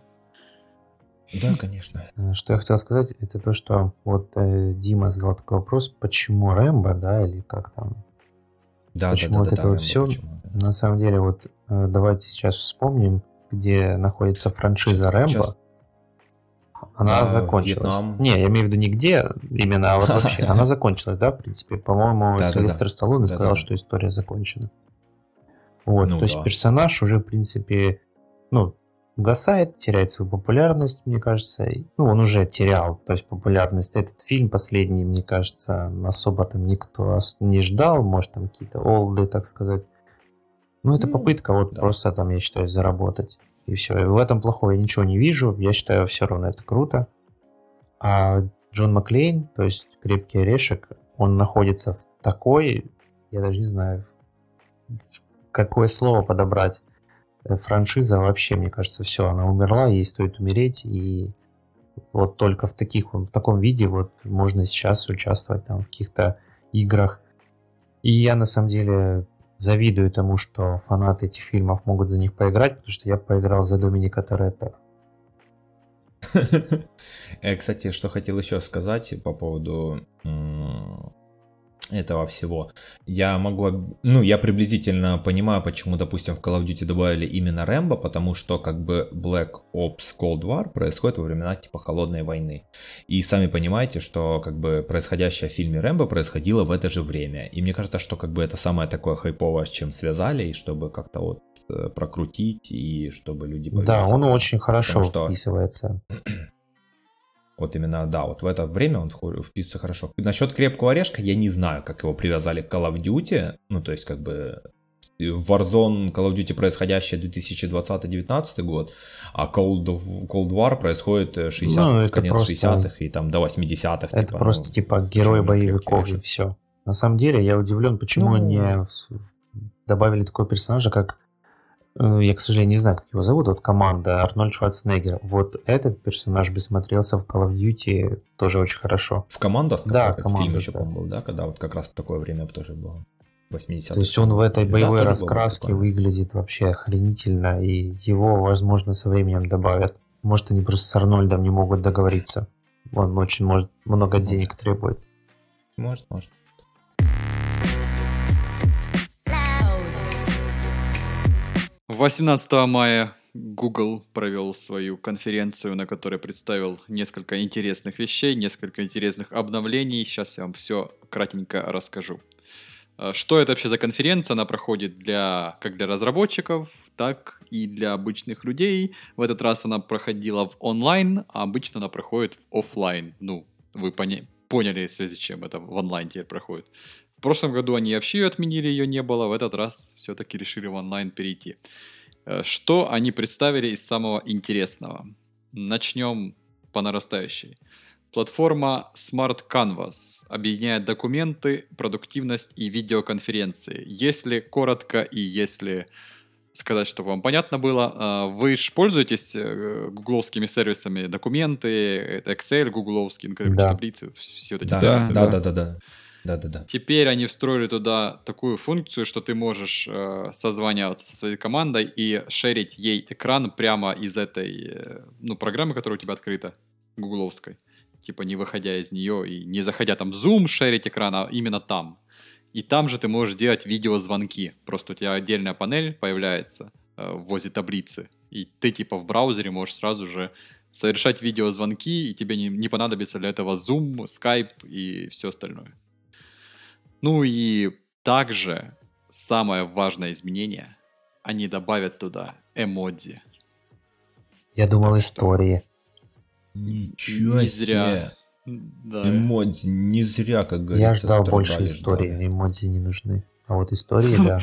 Да, конечно. Что я хотел сказать, это то, что вот Дима задал такой вопрос, почему Рэмбо, да, или как там? Да, почему вот это вот все? На самом деле, вот давайте сейчас вспомним, где находится франшиза Рэмбо. Она закончилась. Вьетнам. Не, я имею в виду не где именно, а вот вообще. Она закончилась, да, в принципе. По-моему, Сильвестр Сталлоне сказал, что история закончена. Вот, то есть персонаж уже, в принципе, ну, угасает, теряет свою популярность, мне кажется. Ну, он уже терял, то есть популярность. Этот фильм последний, мне кажется, особо там никто не ждал. Может, там какие-то олды, так сказать. Ну, это попытка вот просто там, я считаю, заработать. И все. И в этом плохого я ничего не вижу. Я считаю, все равно это круто. А Джон Маклейн, то есть Крепкий орешек, он находится в такой, я даже не знаю, какое слово подобрать. Франшиза вообще, мне кажется, все, она умерла, ей стоит умереть, и вот только в таком виде вот можно сейчас участвовать там в каких-то играх. И я на самом деле завидую тому, что фанаты этих фильмов могут за них поиграть, потому что я поиграл за Доминика Торетто. Кстати, что хотел еще сказать по поводу этого всего. Я приблизительно понимаю, почему, допустим, в Call of Duty добавили именно Рэмбо, потому что как бы Black Ops Cold War происходит во времена типа Холодной войны. И сами понимаете, что как бы происходящее в фильме Рэмбо происходило в это же время. И мне кажется, что как бы это самое такое хайповое, с чем связали, и чтобы как-то вот прокрутить, и чтобы люди... Да, он очень хорошо вписывается. Вот именно, да, вот в это время он вписывается хорошо. Насчет Крепкого орешка я не знаю, как его привязали к Call of Duty. Ну, то есть, как бы Warzone, Call of Duty происходящее 2020-2019 год, а Cold War происходит конец 60-х и там до 80-х. Это просто типа герой боевиков и все. На самом деле я удивлен, почему они добавили такого персонажа, как Я, к сожалению, не знаю, как его зовут. Вот команда Арнольд Шварценеггер. Вот этот персонаж бы смотрелся в Call of Duty тоже очень хорошо. В «Командос», Да, как фильм «Командос», еще, да. по-моему, был, да? Когда вот как раз в такое время тоже было. 80-х. То есть он в этой Да, боевой тоже было раскраске прикольно. выглядит вообще охренительно, и его, возможно, со временем добавят. Может, они просто с Арнольдом не могут договориться. Он очень может много Может. денег требует. Может. 18 мая Google провел свою конференцию, на которой представил несколько интересных вещей, несколько интересных обновлений. Сейчас я вам все кратенько расскажу. Что это вообще за конференция? Она проходит как для разработчиков, так и для обычных людей. В этот раз она проходила в онлайн, а обычно она проходит в офлайн. Ну, вы поняли, в связи с чем это в онлайн теперь проходит. В прошлом году они вообще ее отменили, ее не было. В этот раз все-таки решили в онлайн перейти. Что они представили из самого интересного? Начнем по нарастающей. Платформа Smart Canvas объединяет документы, продуктивность и видеоконференции. Если коротко и если сказать, чтобы вам понятно было, вы же пользуетесь гугловскими сервисами документы, Excel, гугловский, Да. таблицы, все вот эти Да, сервисы. Да. Теперь они встроили туда такую функцию, что ты можешь созваниваться со своей командой и шерить ей экран прямо из этой программы, которая у тебя открыта, гугловской. Типа не выходя из нее и не заходя там в Zoom, шерить экран, а именно там. И там же ты можешь делать видеозвонки. Просто у тебя отдельная панель появляется возле таблицы. И ты типа в браузере можешь сразу же совершать видеозвонки, и тебе не понадобится для этого Zoom, Skype и все остальное. Ну и также самое важное изменение, они добавят туда эмодзи. Я думал, Так что- истории. Ничего Не зря. себе. Да. Эмодзи, не зря, как говорится. Я ждал больше страдали, истории, ждали. эмодзи не нужны. А вот истории, да.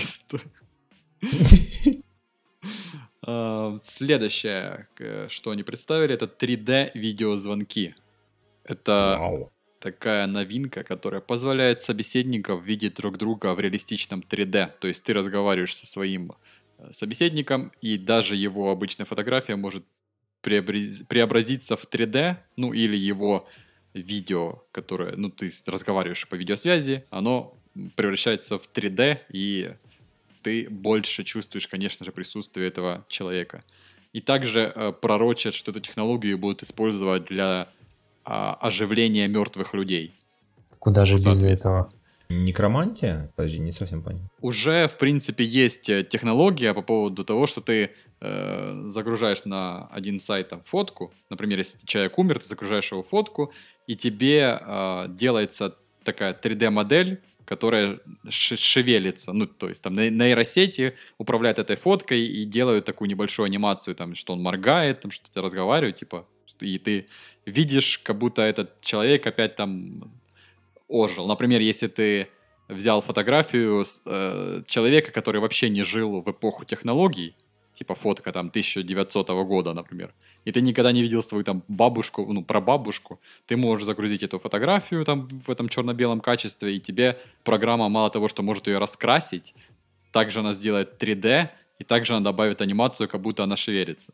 Следующее, что они представили, это 3D видеозвонки. Это Вау. такая новинка, которая позволяет собеседникам видеть друг друга в реалистичном 3D. То есть ты разговариваешь со своим собеседником, и даже его обычная фотография может преобразиться в 3D, ну или его видео, которое, ты разговариваешь по видеосвязи, оно превращается в 3D, и ты больше чувствуешь, конечно же, присутствие этого человека. И также пророчат, что эту технологию будут использовать для оживления мертвых людей. Куда же без Соответственно. этого? Некромантия? Подожди, не совсем понял. Уже, в принципе, есть технология по поводу того, что ты загружаешь на один сайт там, фотку. Например, если человек умер, ты загружаешь его фотку, и тебе делается такая 3D-модель, которая шевелится. Ну, то есть там нейросети управляют этой фоткой и делают такую небольшую анимацию, там, что он моргает, там, что-то разговаривает, типа, и ты видишь, как будто этот человек опять там ожил. Например, если ты взял фотографию человека, который вообще не жил в эпоху технологий, типа фотка там 1900 года, например, и ты никогда не видел свою там бабушку, прабабушку, ты можешь загрузить эту фотографию там в этом черно-белом качестве, и тебе программа мало того, что может ее раскрасить, также она сделает 3D, и также она добавит анимацию, как будто она шевелится.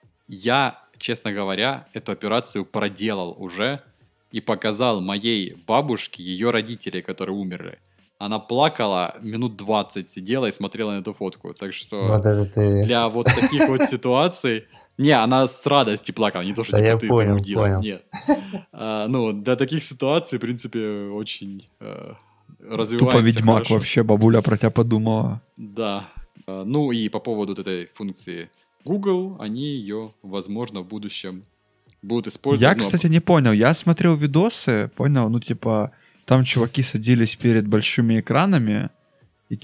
Я, честно говоря, эту операцию проделал уже и показал моей бабушке ее родителей, которые умерли. Она плакала, минут 20 сидела и смотрела на эту фотку. Так что Вот это ты... для вот таких вот ситуаций... Не, она с радостью плакала, не то, что Да типа я ты понял, друг понял. Нет. Для таких ситуаций, в принципе, очень развиваемся. Тупо ведьмак хорошо. вообще, бабуля про тебя подумала. Да. Ну и по поводу вот этой функции Google, они ее, возможно, в будущем будут использовать. Я, кстати, не понял. Я смотрел видосы, понял, там чуваки садились перед большими экранами, и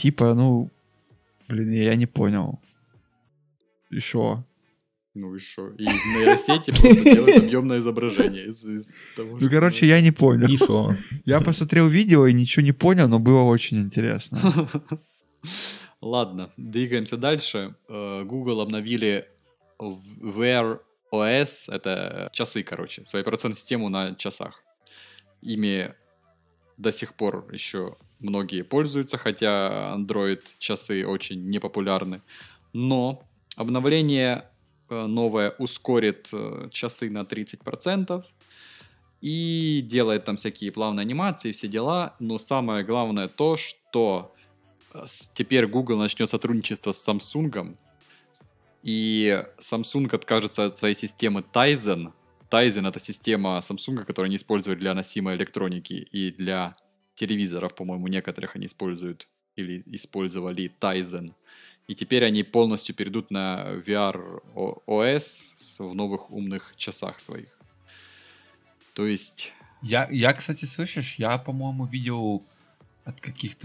я не понял. И шо? Ну и что? И нейросети просто делают объемное изображение из того, Ну, короче, я не понял. И шо? Я посмотрел видео и ничего не понял, но было очень интересно. Ладно, двигаемся дальше. Google обновили Wear OS, это часы, короче, свою операционную систему на часах. Ими до сих пор еще многие пользуются, хотя Android часы очень непопулярны. Но обновление новое ускорит часы на 30% и делает там всякие плавные анимации, все дела. Но самое главное то, что теперь Google начнет сотрудничество с Samsung, и Samsung откажется от своей системы Tizen. Tizen — это система Samsung, которую они используют для носимой электроники и для телевизоров, по-моему, некоторых они используют или использовали Tizen. И теперь они полностью перейдут на VR OS в новых умных часах своих. То есть... Я, кстати, слышишь, я, по-моему, видел от каких-то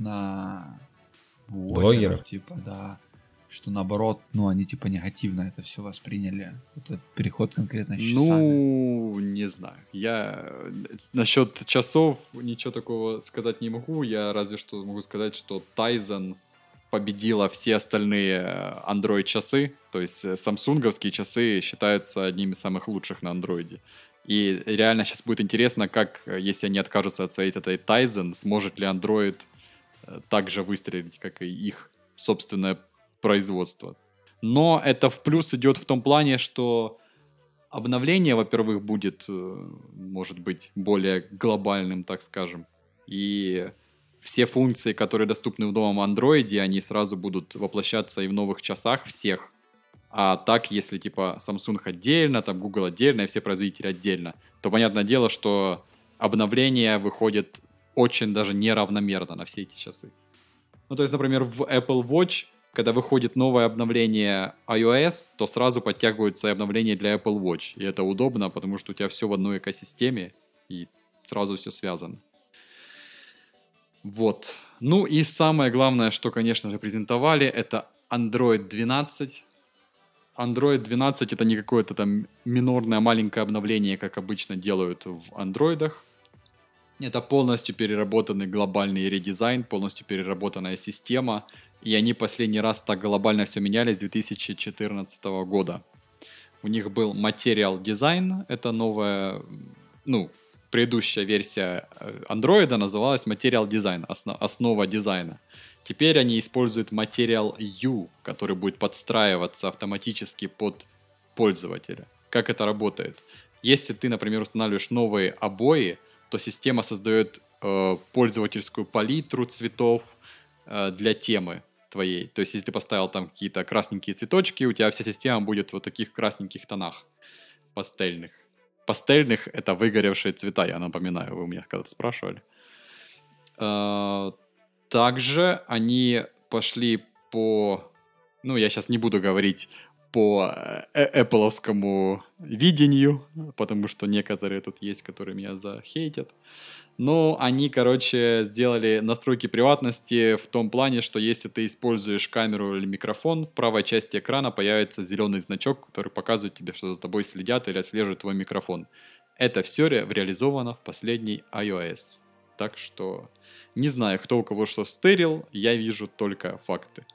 Блогеров? типа, да, что наоборот, ну, они типа негативно это все восприняли. Этот переход конкретно с часами. Ну, не знаю. Я насчет часов ничего такого сказать не могу. Я разве что могу сказать, что Tizen победила все остальные Android-часы. То есть самсунговские часы считаются одними из самых лучших на Android. И реально сейчас будет интересно, как, если они откажутся от своей этой Tizen, сможет ли Android так же выстрелить, как и их собственное производство. Но это в плюс идет в том плане, что обновление, во-первых, будет, может быть, более глобальным, так скажем. И все функции, которые доступны в новом андроиде, они сразу будут воплощаться и в новых часах всех. А так, если типа Samsung отдельно, там Google отдельно и все производители отдельно, то понятное дело, что обновление выходит очень даже неравномерно на все эти часы. Ну, то есть, например, в Apple Watch, когда выходит новое обновление iOS, то сразу подтягиваются обновления для Apple Watch. И это удобно, потому что у тебя все в одной экосистеме, и сразу все связано. Вот. Ну и самое главное, что, конечно же, презентовали, это Android 12. Android 12 это не какое-то там минорное маленькое обновление, как обычно делают в андроидах. Это полностью переработанный глобальный редизайн, полностью переработанная система. И они последний раз так глобально все меняли с 2014 года. У них был Material Design, это новая, предыдущая версия Android называлась Material Design, основа дизайна. Теперь они используют Material U, который будет подстраиваться автоматически под пользователя. Как это работает? Если ты, например, устанавливаешь новые обои, то система создает пользовательскую палитру цветов для темы твоей. То есть, если ты поставил там какие-то красненькие цветочки, у тебя вся система будет в вот таких красненьких тонах пастельных. Пастельных — это выгоревшие цвета, я напоминаю, вы у меня когда-то спрашивали. Также они пошли по... я сейчас не буду говорить по Apple-овскому видению, потому что некоторые тут есть, которые меня захейтят. Но они, сделали настройки приватности в том плане, что если ты используешь камеру или микрофон, в правой части экрана появится зеленый значок, который показывает тебе, что за тобой следят или отслеживают твой микрофон. Это все реализовано в последней iOS. Так что не знаю, кто у кого что стырил, я вижу только факты.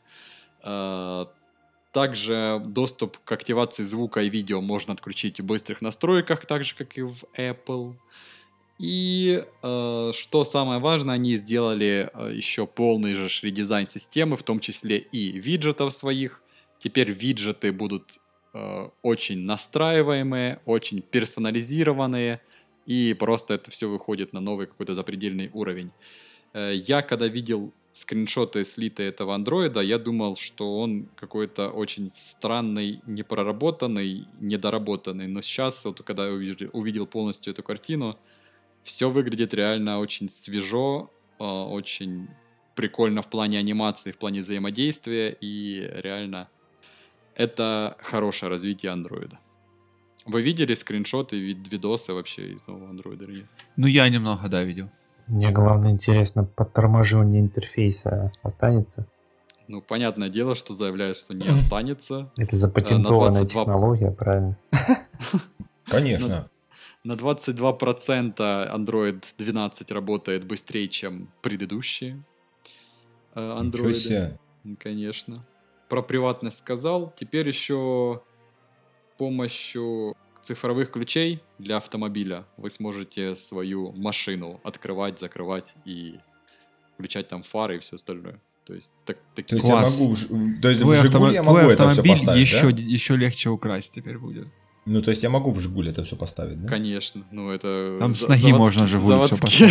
Также доступ к активации звука и видео можно отключить в быстрых настройках, так же, как и в Apple. И что самое важное, они сделали еще полный же редизайн системы, в том числе и виджетов своих. Теперь виджеты будут очень настраиваемые, очень персонализированные, и просто это все выходит на новый какой-то запредельный уровень. Я когда видел скриншоты слитые этого андроида, я думал, что он какой-то очень странный, непроработанный, недоработанный. Но сейчас, вот, когда я увидел полностью эту картину, все выглядит реально очень свежо, очень прикольно в плане анимации, в плане взаимодействия, и реально это хорошее развитие андроида. Вы видели скриншоты, видосы вообще из нового андроида или нет? Ну, я немного, да, видел. Мне главное интересно, подторможивание интерфейса останется? Ну, понятное дело, что заявляют, что не останется. Это запатентованная 22%. технология, правильно? Конечно. На 22% Android 12 работает быстрее, чем предыдущие Ничего андроиды. себе. Конечно. Про приватность сказал. Теперь еще помощью цифровых ключей для автомобиля вы сможете свою машину открывать, закрывать и включать там фары и все остальное. То есть, То такие... есть я Класс. могу, то есть в Твой Жигуле я могу твой это все автомобиль поставить, да? еще легче украсть теперь будет. Ну, то есть я могу в Жигуле это все поставить, да? Конечно, ну это... Там с ноги можно «Жигуль» всё заводские.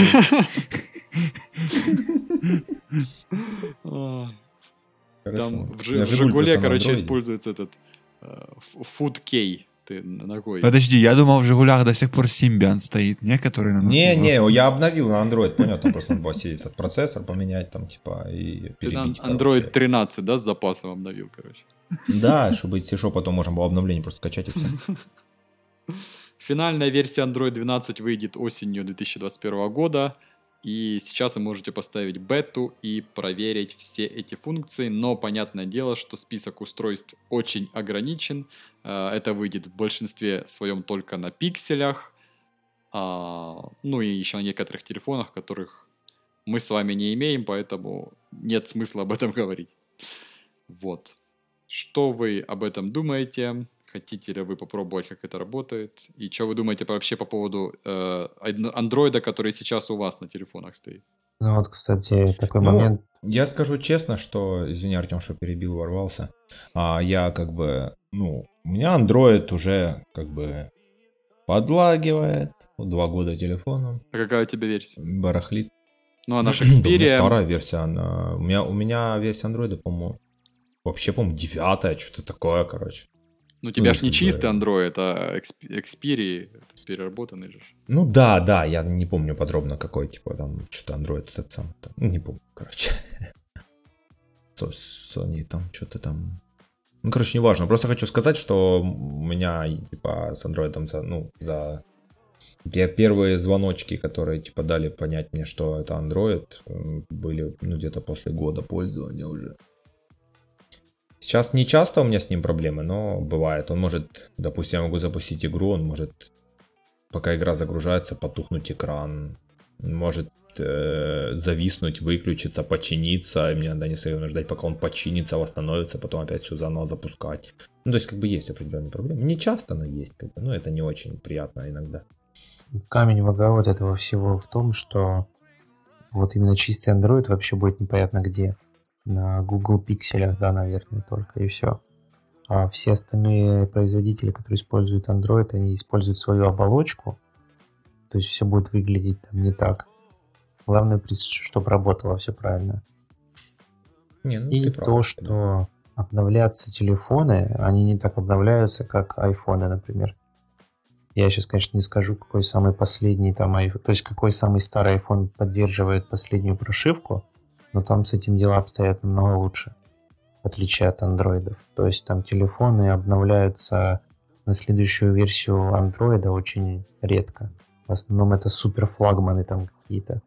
Хорошо. Там У в меня Жигуль Жигуле, просто на короче, андроиде. используется этот food key. Ты ногой. Подожди, я думал, в «Жигулях» до сих пор Symbian стоит, не? Который на Не, я обновил на Android, понял, там просто надо было этот процессор поменять, там, типа, и Ты на перебить. Android короче. 13, да, с запасом обновил, короче. Да, чтобы если что, потом можно было обновление просто скачать и все. Финальная версия Android 12 выйдет осенью 2021 года. И сейчас вы можете поставить бету и проверить все эти функции. Но понятное дело, что список устройств очень ограничен. Это выйдет в большинстве своем только на пикселях. Ну и еще на некоторых телефонах, которых мы с вами не имеем, поэтому нет смысла об этом говорить. Вот. Что вы об этом думаете? Хотите ли вы попробовать, как это работает? И что вы думаете вообще по поводу андроида, который сейчас у вас на телефонах стоит? Ну вот, кстати, такой Ну, момент. я скажу честно, что, извини, Артем, что перебил, ворвался. Я как бы, у меня Android уже как бы подлагивает. 2 года телефоном. А какая у тебя версия? Барахлит. Ну, а наша У меня Xperia... старая версия. У меня версия Android, по-моему, вообще, по-моему, 9, что-то такое, короче. Ну, у тебя ж как не бы- чистый Android, а Xperia переработанный же. Ну да, я не помню подробно, какой, типа, там, что-то Android этот сам. Не помню, короче. Sony там, что-то там. Ну, короче, неважно. Просто хочу сказать, что у меня, типа, с Android, за те первые звоночки, которые, типа, дали понять мне, что это Android, были, где-то после года пользования уже. Сейчас не часто у меня с ним проблемы, но бывает. Он может, допустим, я могу запустить игру, он может, пока игра загружается, потухнуть экран. Может зависнуть, выключиться, починиться. И мне надо несколько минут ждать, пока он починится, восстановится, потом опять все заново запускать. Ну, то есть, как бы есть определенные проблемы. Не часто, но есть. Как бы. Но это не очень приятно иногда. Камень в огород этого всего в том, что вот именно чистый Android вообще будет непонятно где. На Google пикселях, да, наверное, только и все. А все остальные производители, которые используют Android, они используют свою оболочку. То есть все будет выглядеть там не так. Главное, чтобы работало все правильно. И ты то, прав, что обновляться телефоны, они не так обновляются, как айфоны, например. Я сейчас, конечно, не скажу, какой самый последний там iPhone, то есть какой самый старый iPhone поддерживает последнюю прошивку, но там с этим дела обстоят намного лучше, в отличие от андроидов. То есть там телефоны обновляются на следующую версию андроида очень редко. В основном это супер флагманы там какие-то.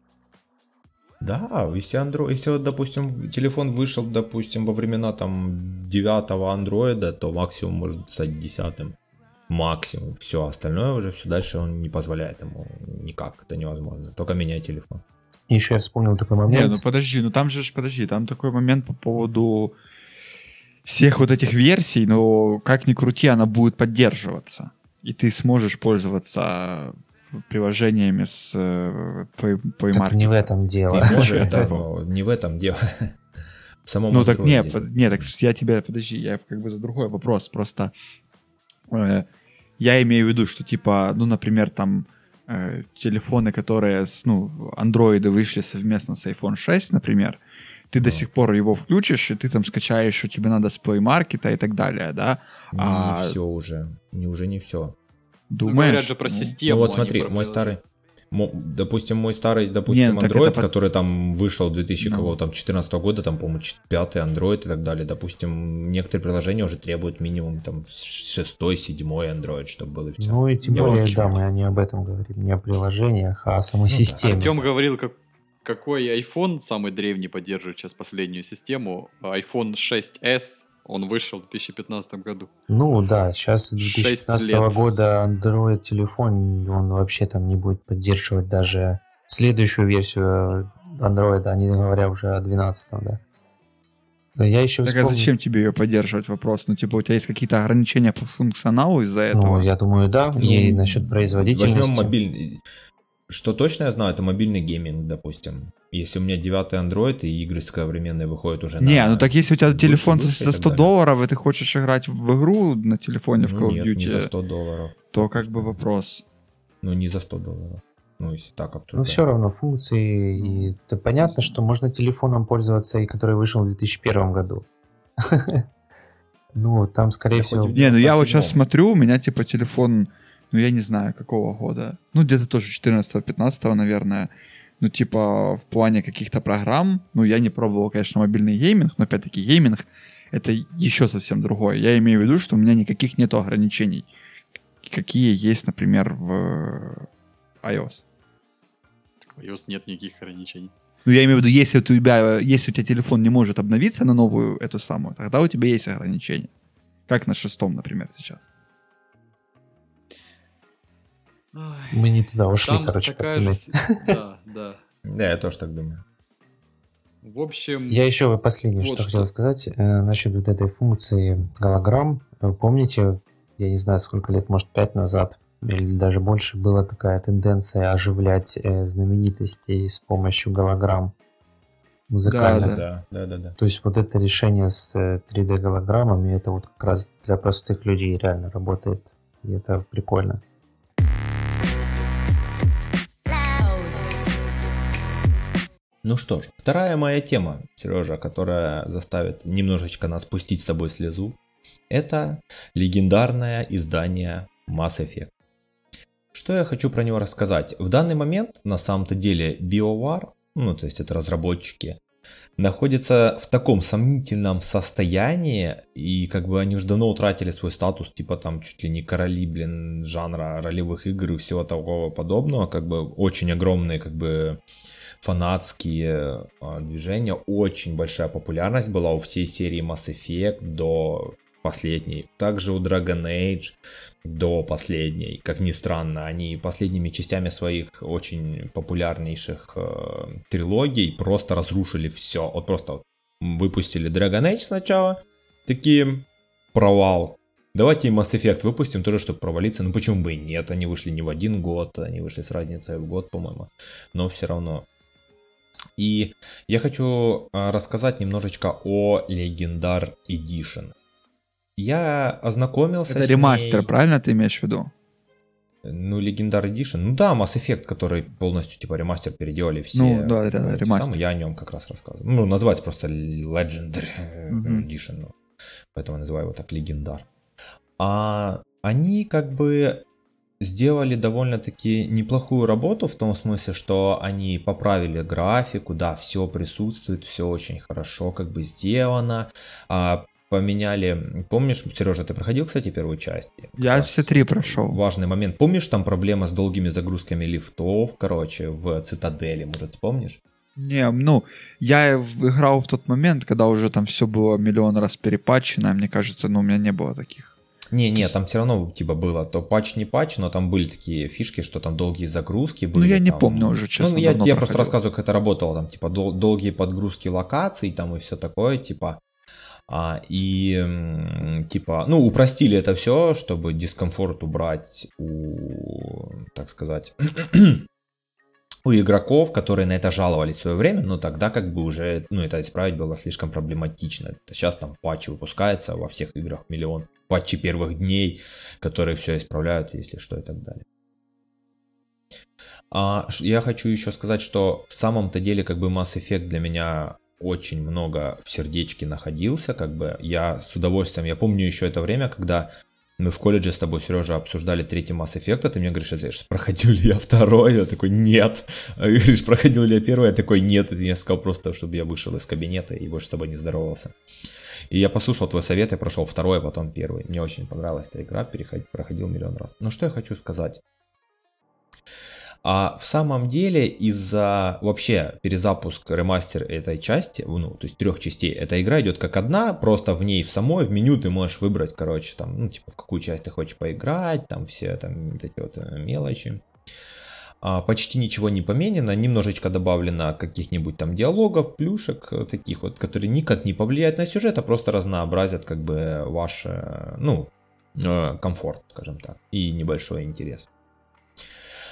Да, если, допустим, телефон вышел, допустим, во времена там 9-го андроида, то максимум может стать 10-м. Максимум. Все, остальное уже все дальше он не позволяет ему никак. Это невозможно. Только меняй телефон. И еще я вспомнил такой момент. Не, ну подожди, там такой момент по поводу всех вот этих версий, но как ни крути, она будет поддерживаться. И ты сможешь пользоваться приложениями с Play Так не в этом дело. Ты можешь, да, но не в этом дело. В самом Ну так Android. так я тебя, подожди, я как бы за другой вопрос. Просто я имею в виду, что типа, например, там телефоны, которые, андроиды вышли совместно с iPhone 6, например, ты до сих пор его включишь, и ты там скачаешь, что тебе надо с Play Market и так далее, да? Не все уже. Уже не все. Думаешь? Говорят же про систему. Ну вот а не смотри, про мой приложение. старый, допустим, так Android, это который там вышел 2014 года, там, по-моему, 5-й Android и так далее, допустим, некоторые приложения уже требуют минимум там 6-й, 7-й Android, чтобы было все. Ну и тем Не более, очень. да, мы не об этом говорим, не о приложениях, а о самой системе. Артем говорил, какой iPhone самый древний поддерживает сейчас последнюю систему. iPhone 6s, он вышел в 2015 году. Ну да, сейчас с 6 2015 лет. года Android телефон, он вообще там не будет поддерживать даже следующую версию Android, не говоря уже о 12, да. Но я еще Так а зачем тебе ее поддерживать, вопрос? Ну, типа, у тебя есть какие-то ограничения по функционалу из-за этого? Ну, я думаю, да. И насчет производительности. Возьмем мобильный. что точно я знаю, это мобильный гейминг, допустим. Если у меня 9 Android и игры современные выходят уже Не, на... ну так если у тебя телефон выше и за так $100, далее. и ты хочешь играть в игру на телефоне в Ну Call of нет, не за Duty, $100. то как бы вопрос. Ну не за $100. Ну если так Но обсуждать. все равно функции, и это понятно, что можно телефоном пользоваться, и который вышел в 2001 году. Ну, там, скорее Да хоть всего... в Не, ну я вот 97-м. сейчас смотрю, у меня типа телефон, ну я не знаю какого года, ну где-то тоже 14-15, наверное. Ну типа в плане каких-то программ, ну я не пробовал, конечно, мобильный гейминг, но опять-таки гейминг это еще совсем другое. Я имею в виду, что у меня никаких нету ограничений, какие есть, например, в iOS. В iOS нет никаких ограничений. Ну, я имею в виду, если у тебя телефон не может обновиться на новую эту самую, тогда у тебя есть ограничения. Как на 6, например, сейчас. Мы не туда ушли, Там короче, такая пацаны. же... Да, да. Да, я тоже так думаю. В общем... Я еще последнее, Вот что что. хотел сказать насчет вот этой функции голограмм. Вы помните, я не знаю, сколько лет, может, 5 назад, или даже больше, была такая тенденция оживлять знаменитостей с помощью голограмм музыкальных. Да. То есть вот это решение с 3D-голограммами, это вот как раз для простых людей реально работает. И это прикольно. Ну что ж, вторая моя тема, Сережа, которая заставит немножечко нас пустить с тобой слезу, это легендарное издание Mass Effect. Что я хочу про него рассказать? В данный момент, на самом-то деле, BioWare, ну то есть это разработчики, находятся в таком сомнительном состоянии, и как бы они уже давно утратили свой статус, типа там чуть ли не короли, жанра ролевых игр и всего такого подобного, как бы очень огромные, как бы фанатские движения, очень большая популярность была у всей серии Mass Effect до последней, также у Dragon Age до последней. Как ни странно, они последними частями своих очень популярнейших трилогий просто разрушили все. Вот просто выпустили Dragon Age сначала, такие провал. Давайте и Mass Effect выпустим тоже, чтобы провалиться. Ну почему бы и нет? Они вышли не в один год, они вышли с разницей в год, по-моему. Но все равно. И я хочу рассказать немножечко о Legendary Edition. Я ознакомился Это с ремастер, ней. правильно ты имеешь в виду? Ну, Legendary Edition. Ну да, Mass Effect, который полностью типа ремастер переделали все. Ну, да, эти ремастер. самые, я о нем как раз рассказываю. Ну, называется просто Legendary Edition. Ну, поэтому называю его так Legendary. А они как бы сделали довольно-таки неплохую работу в том смысле, что они поправили графику, да, все присутствует, все очень хорошо как бы сделано. Поменяли, помнишь, Сережа, ты проходил, кстати, первую часть? Я все 3 прошел. Важный момент. Помнишь, там проблема с долгими загрузками лифтов, короче, в Цитадели, может, вспомнишь? Не, ну, я играл в тот момент, когда уже там все было миллион раз перепатчено, и мне кажется, ну, у меня не было таких. Не, там все равно типа было то патч не патч, но там были такие фишки, что там долгие загрузки были. Ну, я не там... помню уже, честно. Ну, я просто рассказываю, как это работало, там, типа, долгие подгрузки локаций, там, и все такое, типа, типа, ну, упростили это все, чтобы дискомфорт убрать так сказать, у игроков, которые на это жаловались в свое время, но тогда как бы уже, ну, это исправить было слишком проблематично. Сейчас там патчи выпускаются во всех играх, миллион патчи первых дней, которые все исправляют, если что, и так далее. Я хочу еще сказать, что в самом-то деле как бы Mass Effect для меня очень много в сердечке находился, как бы я с удовольствием, я помню еще это время, когда мы в колледже с тобой, Сережа, обсуждали третий Mass Effect, а ты мне говоришь, проходил ли я второй? Я такой, нет. А ты говоришь, проходил ли я первый? Я такой, нет. И я сказал просто, чтобы я вышел из кабинета и больше с тобой не здоровался. И я послушал твой совет, я прошел второй, а потом первый. Мне очень понравилась эта игра, проходил миллион раз. Но что я хочу сказать? А в самом деле из-за вообще перезапуск ремастер этой части, ну то есть 3 частей, эта игра идет как одна, просто в ней в самой, в меню ты можешь выбрать, короче, там, ну типа в какую часть ты хочешь поиграть, там все там вот эти вот мелочи. Почти ничего не поменяно, немножечко добавлено каких-нибудь там диалогов, плюшек таких вот, которые никак не повлияют на сюжет, а просто разнообразят как бы ваш, ну, комфорт, скажем так, и небольшой интерес.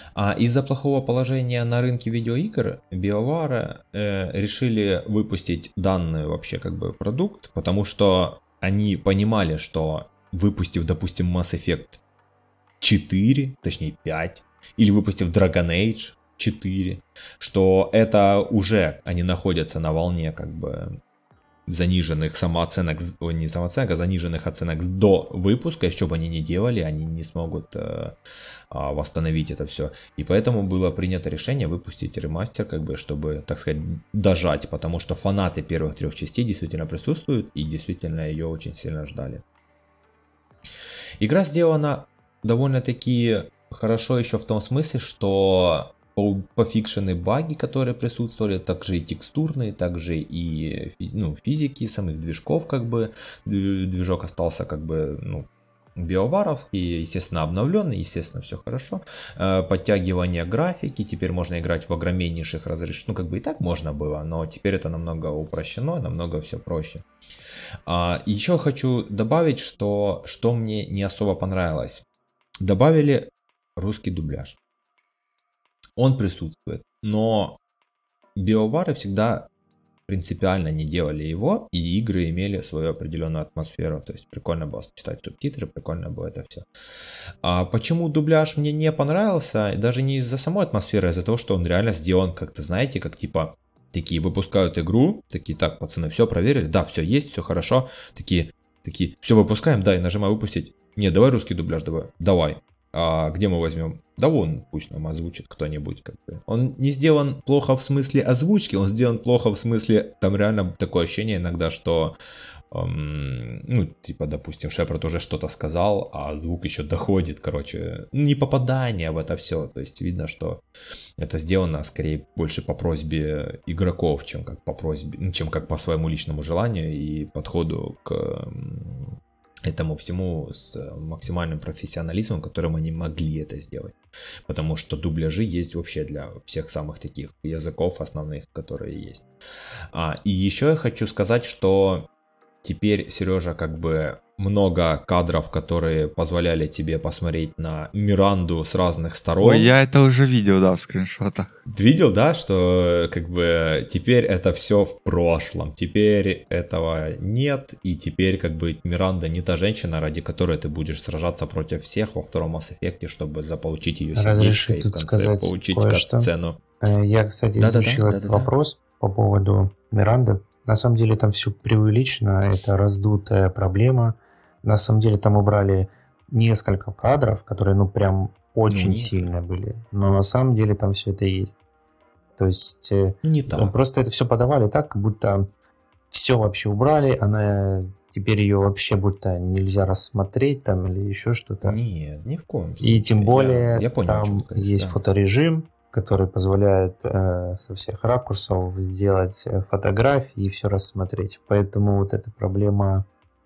Из-за плохого положения на рынке видеоигр BioWare решили выпустить данный вообще как бы продукт, потому что они понимали, что выпустив, допустим, Mass Effect 4, точнее 5, или выпустив Dragon Age 4, что это уже они находятся на волне как бы заниженных самооценок, не самооценок, а заниженных оценок до выпуска, и что бы они ни делали, они не смогут восстановить это все. И поэтому было принято решение выпустить ремастер, как бы, чтобы, так сказать, дожать, потому что фанаты первых 3 частей действительно присутствуют и действительно ее очень сильно ждали. Игра сделана довольно-таки хорошо еще в том смысле, что пофикшены баги, которые присутствовали, также и текстурные, также и физики самих движков, как бы движок остался как бы биоваровский, естественно обновленный, естественно все хорошо, подтягивание графики, теперь можно играть в огромнейших разрешениях, как бы и так можно было, но теперь это намного упрощено, намного все проще. Еще хочу добавить, что мне не особо понравилось. Добавили русский дубляж. Он присутствует, но BioWare всегда принципиально не делали его, и игры имели свою определенную атмосферу, то есть прикольно было читать субтитры, прикольно было это все. Почему дубляж мне не понравился, даже не из-за самой атмосферы, а из-за того, что он реально сделан, как-то, знаете, как типа, такие выпускают игру, такие, так, пацаны, все проверили, да, все есть, все хорошо, такие, все выпускаем, да, и нажимаю выпустить, не, давай русский дубляж, давай. А где мы возьмем? Да вон, пусть нам озвучит кто-нибудь. Как бы. Он не сделан плохо в смысле озвучки, он сделан плохо в смысле, там реально такое ощущение иногда, что, типа, допустим, Шепард уже что-то сказал, а звук еще доходит, короче, не попадание в это все. То есть видно, что это сделано скорее больше по просьбе игроков, чем как по просьбе, чем как по своему личному желанию и подходу к этому всему с максимальным профессионализмом, которым они могли это сделать. Потому что дубляжи есть вообще для всех самых таких языков основных, которые есть. И еще я хочу сказать, что теперь, Сережа, как бы много кадров, которые позволяли тебе посмотреть на Миранду с разных сторон. Ой, я это уже видел, да, в скриншотах. Видел, да, что как бы теперь это все в прошлом, теперь этого нет, и теперь как бы Миранда не та женщина, ради которой ты будешь сражаться против всех во втором Mass Effect, чтобы заполучить ее сердечко и в конце получить кат-сцену. Я, кстати, изучил этот вопрос по поводу Миранды. На самом деле там все преувеличено, это раздутая проблема. На самом деле там убрали несколько кадров, которые, прям очень сильно были. Но на самом деле там все это есть. То есть не так. Просто это все подавали так, как будто все вообще убрали, она теперь ее вообще будто нельзя рассмотреть там или еще что-то. Нет, ни в коем случае. И тем более я понял, там есть фоторежим, который позволяет со всех ракурсов сделать фотографии и все рассмотреть. Поэтому вот эта проблема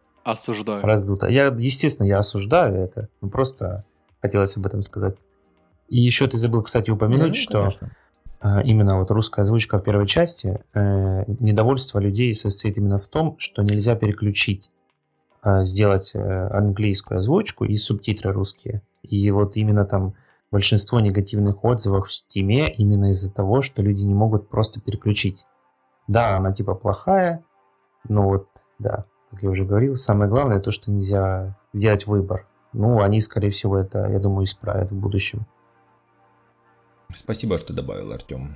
раздута. Естественно, я осуждаю это. Просто хотелось об этом сказать. И еще ты забыл, кстати, упомянуть, что именно вот русская озвучка в первой части, недовольство людей состоит именно в том, что нельзя переключить, сделать английскую озвучку и субтитры русские. И вот именно там большинство негативных отзывов в Стиме именно из-за того, что люди не могут просто переключить. Да, она типа плохая, но вот, да, как я уже говорил, самое главное то, что нельзя сделать выбор. Они, скорее всего, это, я думаю, исправят в будущем. Спасибо, что добавил, Артем.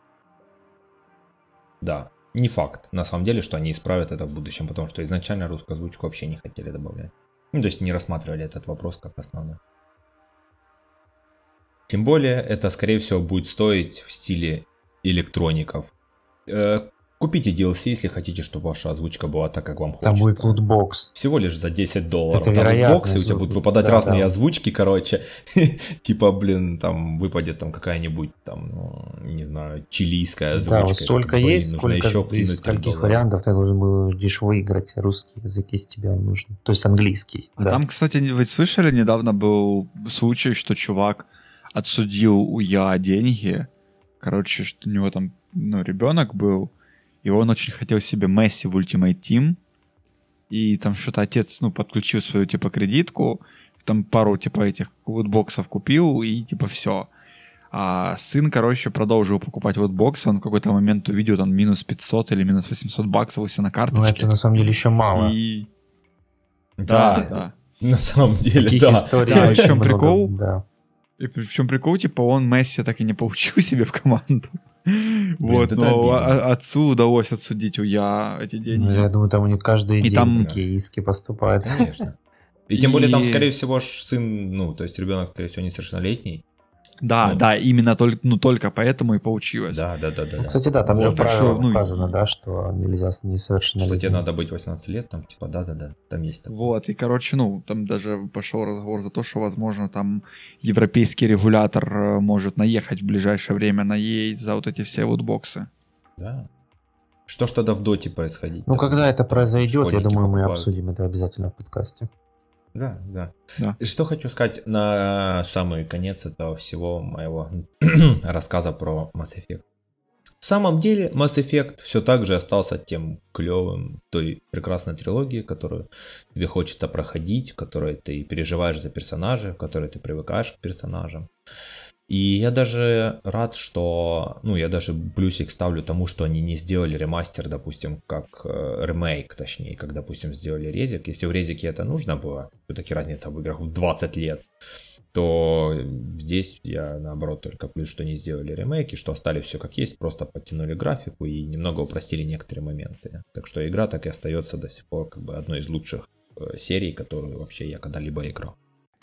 Да, не факт, на самом деле, что они исправят это в будущем, потому что изначально русскую озвучку вообще не хотели добавлять. То есть не рассматривали этот вопрос как основной. Тем более, это, скорее всего, будет стоить в стиле электроников. Купите DLC, если хотите, чтобы ваша озвучка была так, как вам хочется. Там будет лутбокс. Всего лишь за $10. Это там лутбоксы, у тебя будут выпадать разные озвучки, короче. Типа, там выпадет там какая-нибудь, там, не знаю, чилийская озвучка. Да, вот столько есть, сколько из скольких вариантов ты должен будешь выиграть. Русский язык из тебя нужен. То есть английский. Там, кстати, вы слышали, недавно был случай, что чувак отсудил у Я деньги. Короче, что у него там, ребенок был. И он очень хотел себе Месси в Ultimate Team. И там что-то отец, подключил свою, кредитку. Там пару, этих лутбоксов купил, и, все. А сын, короче, продолжил покупать вот боксы. Он в какой-то момент увидел там минус 500 или минус 800 баксов у себя на Ну, карточке. это на самом деле еще мало. И... Да, Да. на самом деле, Таких да. историй Да, в очень чем много, прикол? Да. И причем прикол, типа, он Месси так и не получил себе в команду. Вот, это но обидно. отцу удалось отсудить эти Ну, деньги. я думаю, там у них каждый И день там- такие иски поступают. Конечно. И тем более там, И- скорее всего, сын, ну, то есть ребенок, скорее всего, несовершеннолетний. Да, Ну. да, именно только поэтому и получилось. Да. Ну, кстати, да, там Вот, же в так что, правилах ну, указано, да, что нельзя с Что несовершеннолетним. тебе надо быть 18 лет, там, типа, да, там есть такое. Вот, и, короче, ну, там даже пошел разговор за то, что, возможно, там европейский регулятор может наехать в ближайшее время на ей за вот эти все вот боксы. Да. Что ж тогда в доте происходить? Ну, когда это произойдет, я Школьники думаю, мы покупают. обсудим это обязательно в подкасте. Да. Да. И что хочу сказать на самый конец этого всего моего рассказа про Mass Effect. В самом деле Mass Effect все так же остался тем клевым, той прекрасной трилогией, которую тебе хочется проходить, в которой ты переживаешь за персонажей, в которой ты привыкаешь к персонажам. И я даже рад, что, ну, я даже плюсик ставлю тому, что они не сделали ремастер, допустим, как ремейк, точнее, как, допустим, сделали резик. Если в резике это нужно было, все-таки разница в играх в 20 лет, то здесь я, наоборот, только плюс, что не сделали ремейки, что оставили все как есть, просто подтянули графику и немного упростили некоторые моменты. Так что игра так и остается до сих пор как бы одной из лучших серий, которую вообще я когда-либо играл.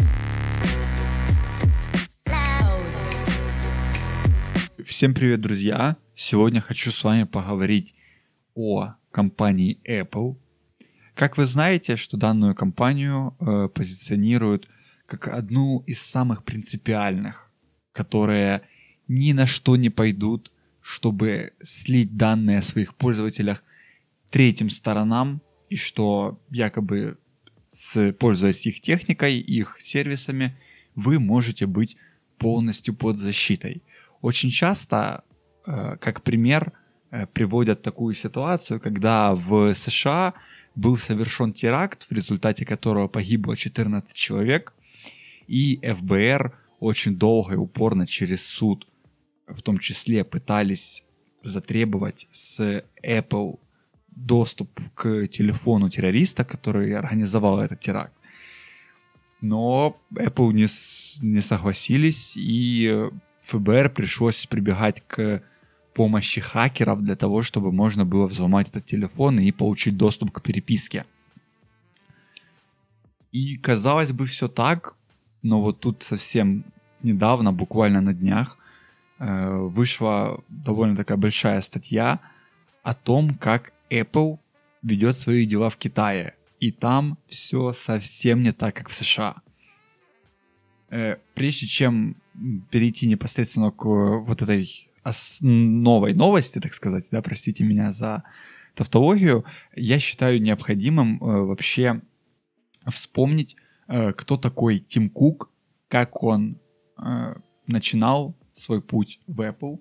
Всем привет, друзья! Сегодня хочу с вами поговорить о компании Apple. Как вы знаете, что данную компанию позиционируют как одну из самых принципиальных, которые ни на что не пойдут, чтобы слить данные о своих пользователях третьим сторонам, и что якобы, пользуясь их техникой, их сервисами, вы можете быть полностью под защитой. Очень часто, как пример, приводят такую ситуацию, когда в США был совершен теракт, в результате которого погибло 14 человек, и ФБР очень долго и упорно через суд, в том числе, пытались затребовать с Apple доступ к телефону террориста, который организовал этот теракт. Но Apple не согласились, и ФБР пришлось прибегать к помощи хакеров для того, чтобы можно было взломать этот телефон и получить доступ к переписке. И казалось бы, все так, но вот тут совсем недавно, буквально на днях, вышла довольно такая большая статья о том, как Apple ведет свои дела в Китае. И там все совсем не так, как в США. Прежде чем перейти непосредственно к вот этой новой новости, так сказать, да, простите меня за тавтологию, я считаю необходимым вообще вспомнить, кто такой Тим Кук, как он начинал свой путь в Apple,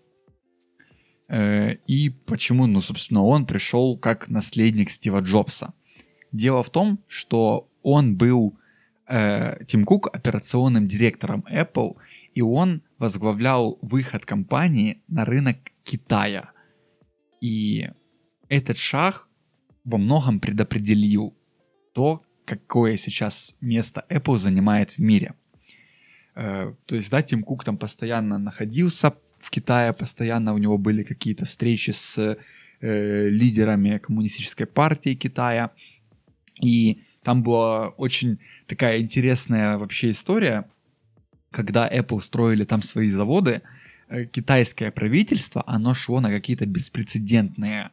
и почему, ну, собственно, он пришел как наследник Стива Джобса. Дело в том, что он был Тим Кук операционным директором Apple, и он возглавлял выход компании на рынок Китая. И этот шаг во многом предопределил то, какое сейчас место Apple занимает в мире. То есть, да, Тим Кук там постоянно находился в Китае, постоянно у него были какие-то встречи с лидерами коммунистической партии Китая. И там была очень такая интересная вообще история, когда Apple строили там свои заводы, китайское правительство, оно шло на какие-то беспрецедентные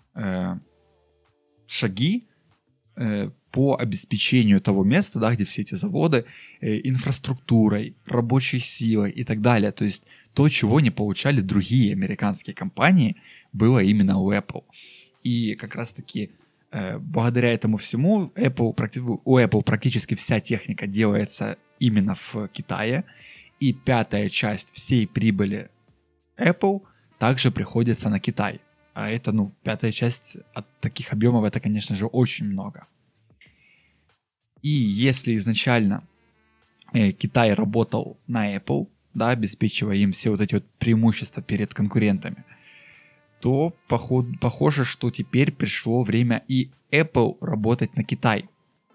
шаги по обеспечению того места, да, где все эти заводы, инфраструктурой, рабочей силой и так далее. То есть то, чего не получали другие американские компании, было именно у Apple. И как раз-таки благодаря этому всему у Apple практически вся техника делается именно в Китае, и 5-я часть всей прибыли Apple также приходится на Китай. А это, 5-я часть от таких объемов, это, конечно же, очень много. И если изначально Китай работал на Apple, да, обеспечивая им все вот эти вот преимущества перед конкурентами, то похоже, что теперь пришло время и Apple работать на Китай.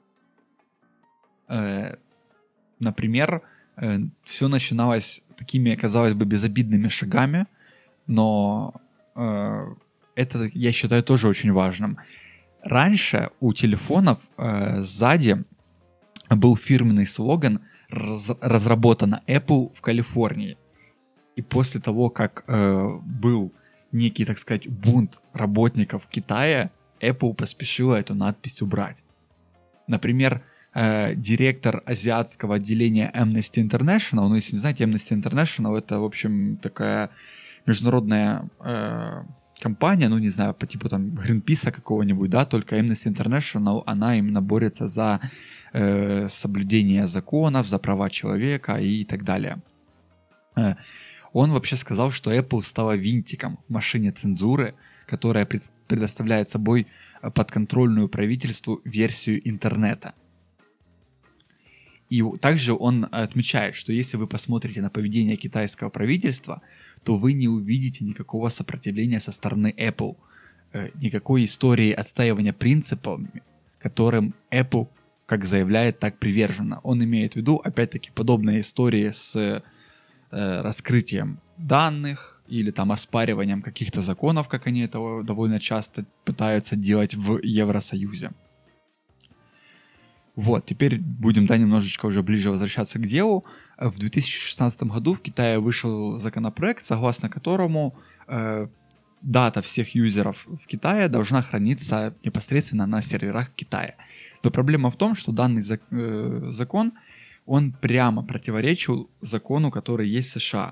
Например, все начиналось такими, казалось бы, безобидными шагами, но это, я считаю, тоже очень важным. Раньше у телефонов сзади был фирменный слоган «Разработано Apple в Калифорнии». И после того, как был некий, так сказать, бунт работников Китая, Apple поспешила эту надпись убрать. Например, директор азиатского отделения Amnesty International, ну, если не знаете, Amnesty International — это, в общем, такая международная компания, ну, не знаю, по типу там Гринписа какого-нибудь, да, только Amnesty International, она именно борется за соблюдение законов, за права человека и так далее. Он вообще сказал, что Apple стала винтиком в машине цензуры, которая предоставляет собой подконтрольную правительству версию интернета. И также он отмечает, что если вы посмотрите на поведение китайского правительства, то вы не увидите никакого сопротивления со стороны Apple, никакой истории отстаивания принципов, которым Apple, как заявляет, так привержена. Он имеет в виду, опять-таки, подобные истории с раскрытием данных или там оспариванием каких-то законов, как они это довольно часто пытаются делать в Евросоюзе. Вот, теперь будем, да, немножечко уже ближе возвращаться к делу. В 2016 году в Китае вышел законопроект, согласно которому дата всех юзеров в Китае должна храниться непосредственно на серверах Китая. Но проблема в том, что данный закон, он прямо противоречил закону, который есть в США.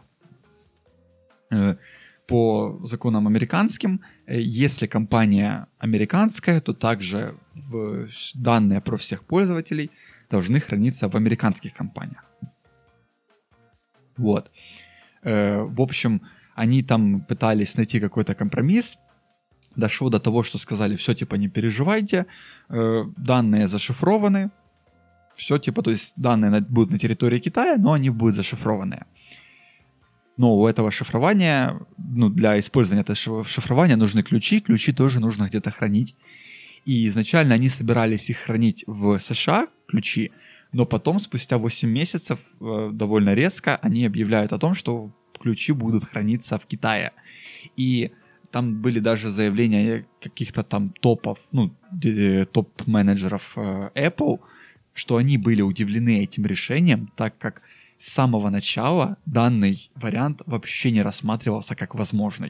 По законам американским, если компания американская, то также данные про всех пользователей должны храниться в американских компаниях. Вот. В общем, они там пытались найти какой-то компромисс. Дошло до того, что сказали: все, типа, не переживайте, данные зашифрованы. Все, типа, то есть данные будут на территории Китая, но они будут зашифрованные. Но у этого шифрования, ну, для использования этого шифрования нужны ключи. Ключи тоже нужно где-то хранить. И изначально они собирались их хранить в США, ключи, но потом, спустя 8 месяцев, довольно резко, они объявляют о том, что ключи будут храниться в Китае. И там были даже заявления каких-то там топов, ну, топ-менеджеров Apple, что они были удивлены этим решением, так как с самого начала данный вариант вообще не рассматривался как возможный.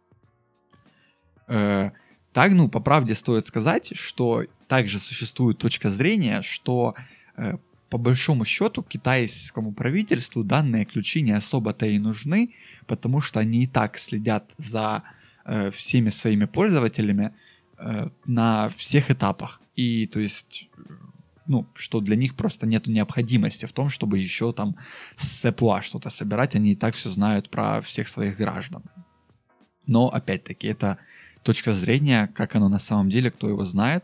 Так, ну, по правде стоит сказать, что также существует точка зрения, что по большому счету китайскому правительству данные ключи не особо-то и нужны, потому что они и так следят за всеми своими пользователями на всех этапах. И, то есть, ну, что для них просто нет необходимости в том, чтобы еще там с Apple что-то собирать, они и так все знают про всех своих граждан. Но, опять-таки, это точка зрения, как оно на самом деле, кто его знает.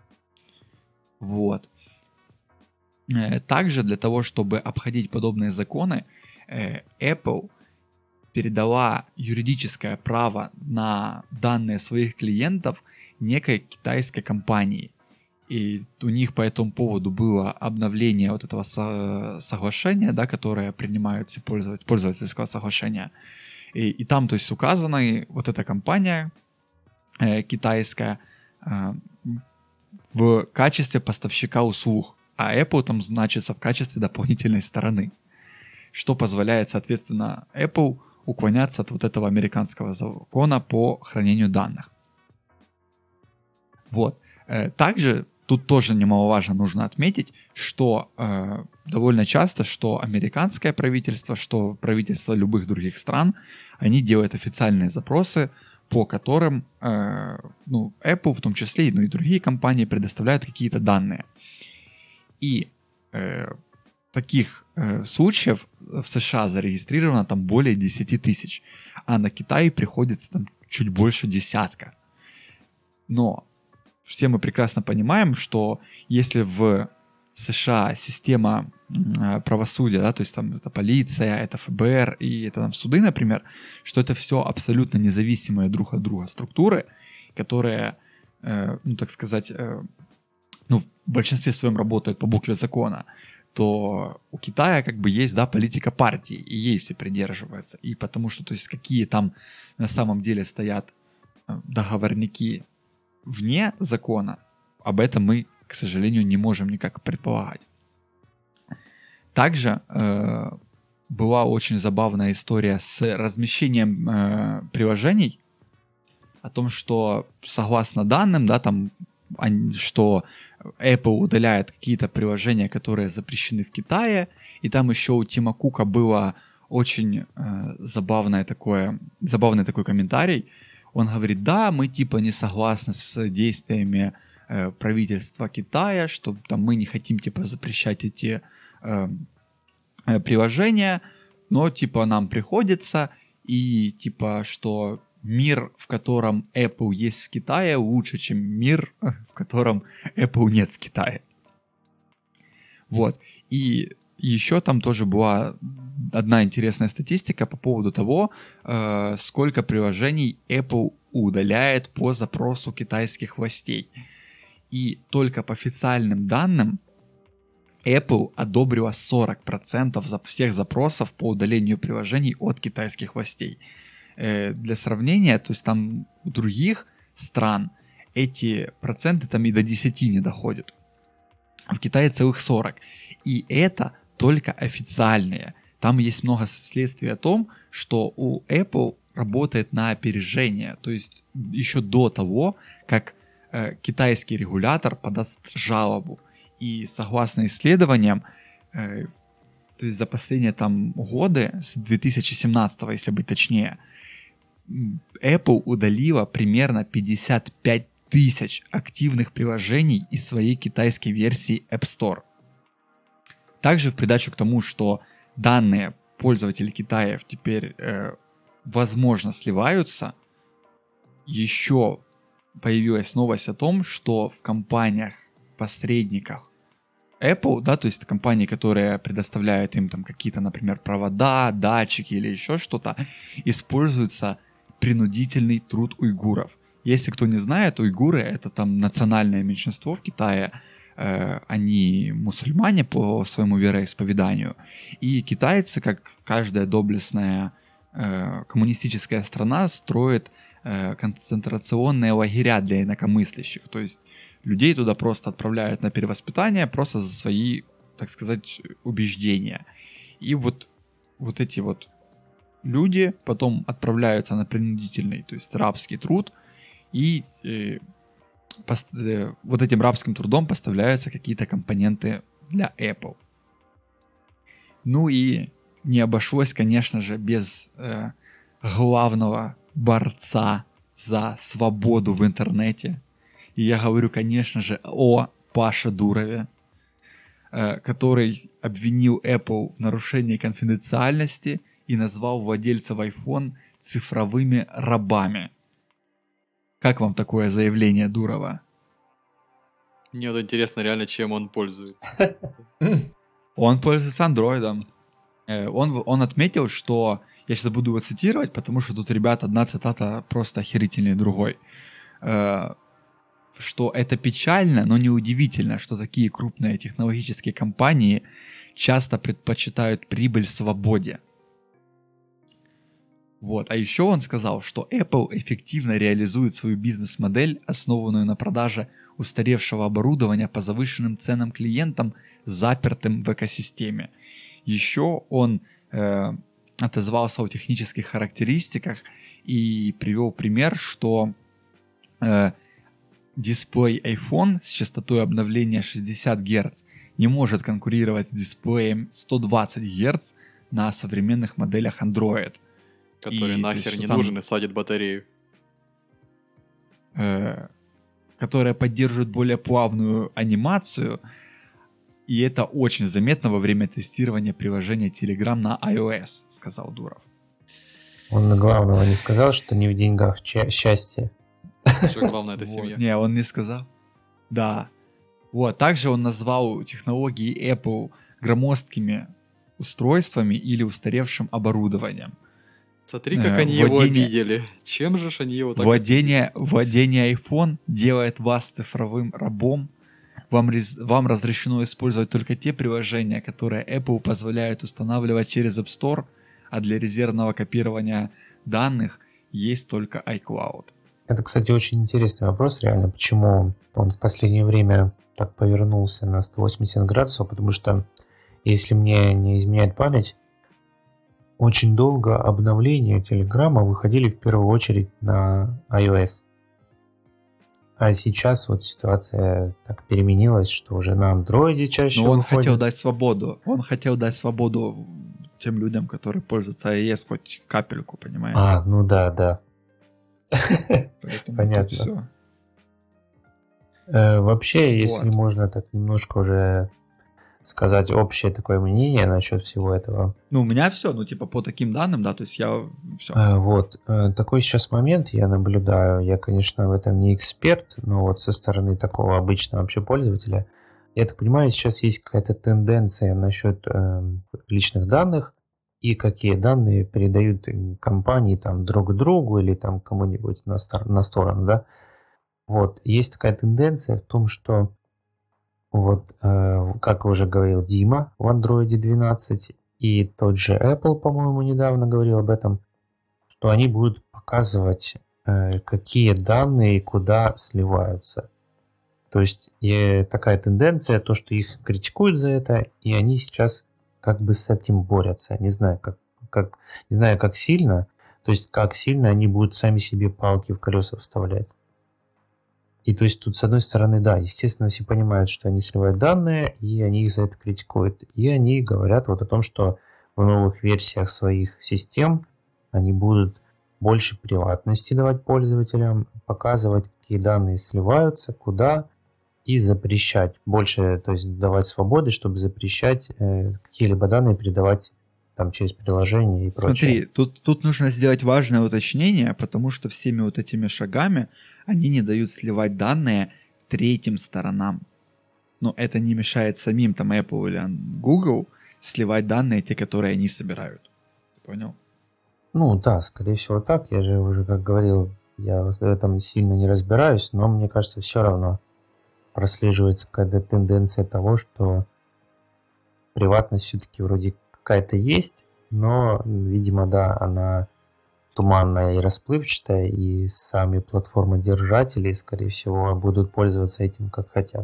Вот. Также для того, чтобы обходить подобные законы, Apple передала юридическое право на данные своих клиентов некой китайской компании. И у них по этому поводу было обновление вот этого соглашения, да, которое принимают все пользовательского соглашения. И там, то есть, указана вот эта компания китайская в качестве поставщика услуг, а Apple там значится в качестве дополнительной стороны, что позволяет, соответственно, Apple уклоняться от вот этого американского закона по хранению данных. Вот. Также тут тоже немаловажно нужно отметить, что довольно часто, что американское правительство, что правительство любых других стран, они делают официальные запросы, по которым ну, Apple в том числе, ну и другие компании предоставляют какие-то данные. И таких случаев в США зарегистрировано там более 10 тысяч, а на Китай приходится там чуть больше десятка. Но все мы прекрасно понимаем, что если в США система правосудия, да, то есть там это полиция, это ФБР и это там суды, например, что это все абсолютно независимые друг от друга структуры, которые, ну, так сказать, ну, в большинстве своем работают по букве закона, то у Китая как бы есть, да, политика партии, и ей все придерживаются. И потому что, то есть, какие там на самом деле стоят договорники вне закона, об этом мы, к сожалению, не можем никак предполагать. Также была очень забавная история с размещением приложений, о том, что согласно данным, да, там, что Apple удаляет какие-то приложения, которые запрещены в Китае, и там еще у Тима Кука было очень забавный такой комментарий. Он говорит, да, мы типа не согласны с действиями правительства Китая, что там мы не хотим типа запрещать эти приложения, но типа нам приходится, и типа что мир, в котором Apple есть в Китае, лучше, чем мир, в котором Apple нет в Китае. Вот. И еще там тоже была одна интересная статистика по поводу того, сколько приложений Apple удаляет по запросу китайских властей. И только по официальным данным Apple одобрила 40% всех запросов по удалению приложений от китайских властей. Для сравнения, то есть там у других стран эти проценты там и до 10 не доходят. А в Китае целых 40. И это только официальные. Там есть много следствий о том, что у Apple работает на опережение. То есть еще до того, как китайский регулятор подаст жалобу. И согласно исследованиям, то есть за последние там годы, с 2017, если быть точнее, Apple удалила примерно 55 тысяч активных приложений из своей китайской версии App Store. Также в придачу к тому, что данные пользователей Китая теперь, возможно, сливаются, еще появилась новость о том, что в компаниях-посредниках Apple, да, то есть компании, которые предоставляют им там какие-то, например, провода, датчики или еще что-то, используется принудительный труд уйгуров. Если кто не знает, уйгуры — это там национальное меньшинство в Китае, они мусульмане по своему вероисповеданию, и китайцы, как каждая доблестная коммунистическая страна, строит концентрационные лагеря для инакомыслящих, то есть людей туда просто отправляют на перевоспитание просто за свои, так сказать, убеждения. И вот эти вот люди потом отправляются на принудительный, то есть рабский труд, и вот этим рабским трудом поставляются какие-то компоненты для Apple. Ну и не обошлось, конечно же, без главного борца за свободу в интернете. И я говорю, конечно же, о Паше Дурове, который обвинил Apple в нарушении конфиденциальности и назвал владельцев iPhone цифровыми рабами. Как вам такое заявление Дурова? Мне вот интересно реально, чем он пользуется. Он пользуется андроидом. Он отметил, что, я сейчас буду его цитировать, потому что тут, ребят, одна цитата просто охерительнее другой, что это печально, но неудивительно, что такие крупные технологические компании часто предпочитают прибыль свободе. Вот. А еще он сказал, что Apple эффективно реализует свою бизнес-модель, основанную на продаже устаревшего оборудования по завышенным ценам клиентам, запертым в экосистеме. Еще он отозвался о технических характеристиках и привел пример, что дисплей iPhone с частотой обновления 60 Гц не может конкурировать с дисплеем 120 Гц на современных моделях Android. Который нахер не нужен и садит батарею. Которая поддерживает более плавную анимацию. И это очень заметно во время тестирования приложения Telegram на iOS, сказал Дуров. Он главного не сказал, что не в деньгах счастье. Все главное — это семья. Не, он не сказал. Да. Вот, также он назвал технологии Apple громоздкими устройствами или устаревшим оборудованием. Смотри, как они его обидели. Чем же ж они его так владение iPhone делает вас цифровым рабом. Вам разрешено использовать только те приложения, которые Apple позволяет устанавливать через App Store, а для резервного копирования данных есть только iCloud. Это, кстати, очень интересный вопрос, реально, почему он в последнее время так повернулся на 180 градусов, потому что, если мне не изменяет память, очень долго обновления Телеграма выходили в первую очередь на iOS. А сейчас вот ситуация так переменилась, что уже на андроиде чаще Но он выходит. хотел дать свободу. Он хотел дать свободу тем людям, которые пользуются iOS, хоть капельку, понимаешь? А, ну да. Поэтому понятно. тут всё. Вообще, если Вот. можно так немножко уже сказать общее такое мнение насчет всего этого. Ну, у меня все, ну, типа, по таким данным, да, то есть я все. Вот, такой сейчас момент я наблюдаю. Я, конечно, в этом не эксперт, но вот со стороны такого обычного вообще пользователя, я так понимаю, сейчас есть какая-то тенденция насчет личных данных и какие данные передают компании там друг другу или там кому-нибудь на сторону, да. Вот, есть такая тенденция в том, что вот, как уже говорил Дима в Android 12, и тот же Apple, по-моему, недавно говорил об этом, что они будут показывать, какие данные и куда сливаются. То есть такая тенденция, то, что их критикуют за это, и они сейчас как бы с этим борются. Не знаю, как сильно, то есть как сильно они будут сами себе палки в колеса вставлять. И то есть тут, с одной стороны, да, естественно, все понимают, что они сливают данные, и они их за это критикуют. И они говорят вот о том, что в новых версиях своих систем они будут больше приватности давать пользователям, показывать, какие данные сливаются, куда, и запрещать больше, то есть давать свободы, чтобы запрещать какие-либо данные передавать там через приложение и прочее. Смотри, тут нужно сделать важное уточнение, потому что всеми вот этими шагами они не дают сливать данные третьим сторонам. Но это не мешает самим там Apple или Google сливать данные, те, которые они собирают. Понял? Ну да, скорее всего так. Я же уже, как говорил, я в этом сильно не разбираюсь, но мне кажется, все равно прослеживается какая-то тенденция того, что приватность все-таки вроде какая-то есть, но, видимо, да, она туманная и расплывчатая, и сами платформодержатели, скорее всего, будут пользоваться этим как хотят.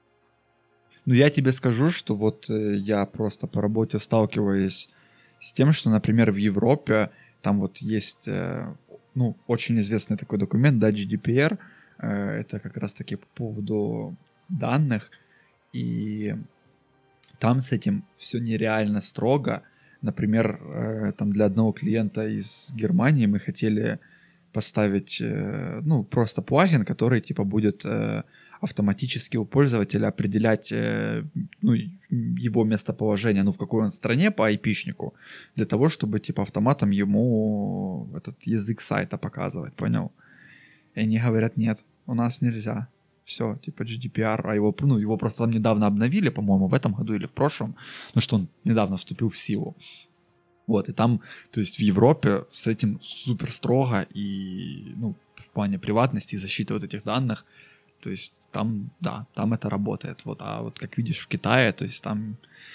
Ну, я тебе скажу, что вот я просто по работе сталкиваюсь с тем, что, например, в Европе там вот есть, ну, очень известный такой документ, да, GDPR, это как раз-таки по поводу данных, и там с этим все нереально строго. Например, там для одного клиента из Германии мы хотели поставить, ну, просто плагин, который, типа, будет автоматически у пользователя определять, ну, его местоположение, ну, в какой он стране по IP-шнику, для того, чтобы, типа, автоматом ему этот язык сайта показывать, понял? И они говорят, нет, у нас нельзя. Все, типа GDPR, а его просто там недавно обновили, по-моему, в этом году или в прошлом, ну что он недавно вступил в силу. Вот, и там, то есть в Европе с этим супер строго, и, ну, в плане приватности и защиты вот этих данных, то есть там, да, там это работает. Вот, а вот как видишь в Китае, то есть там,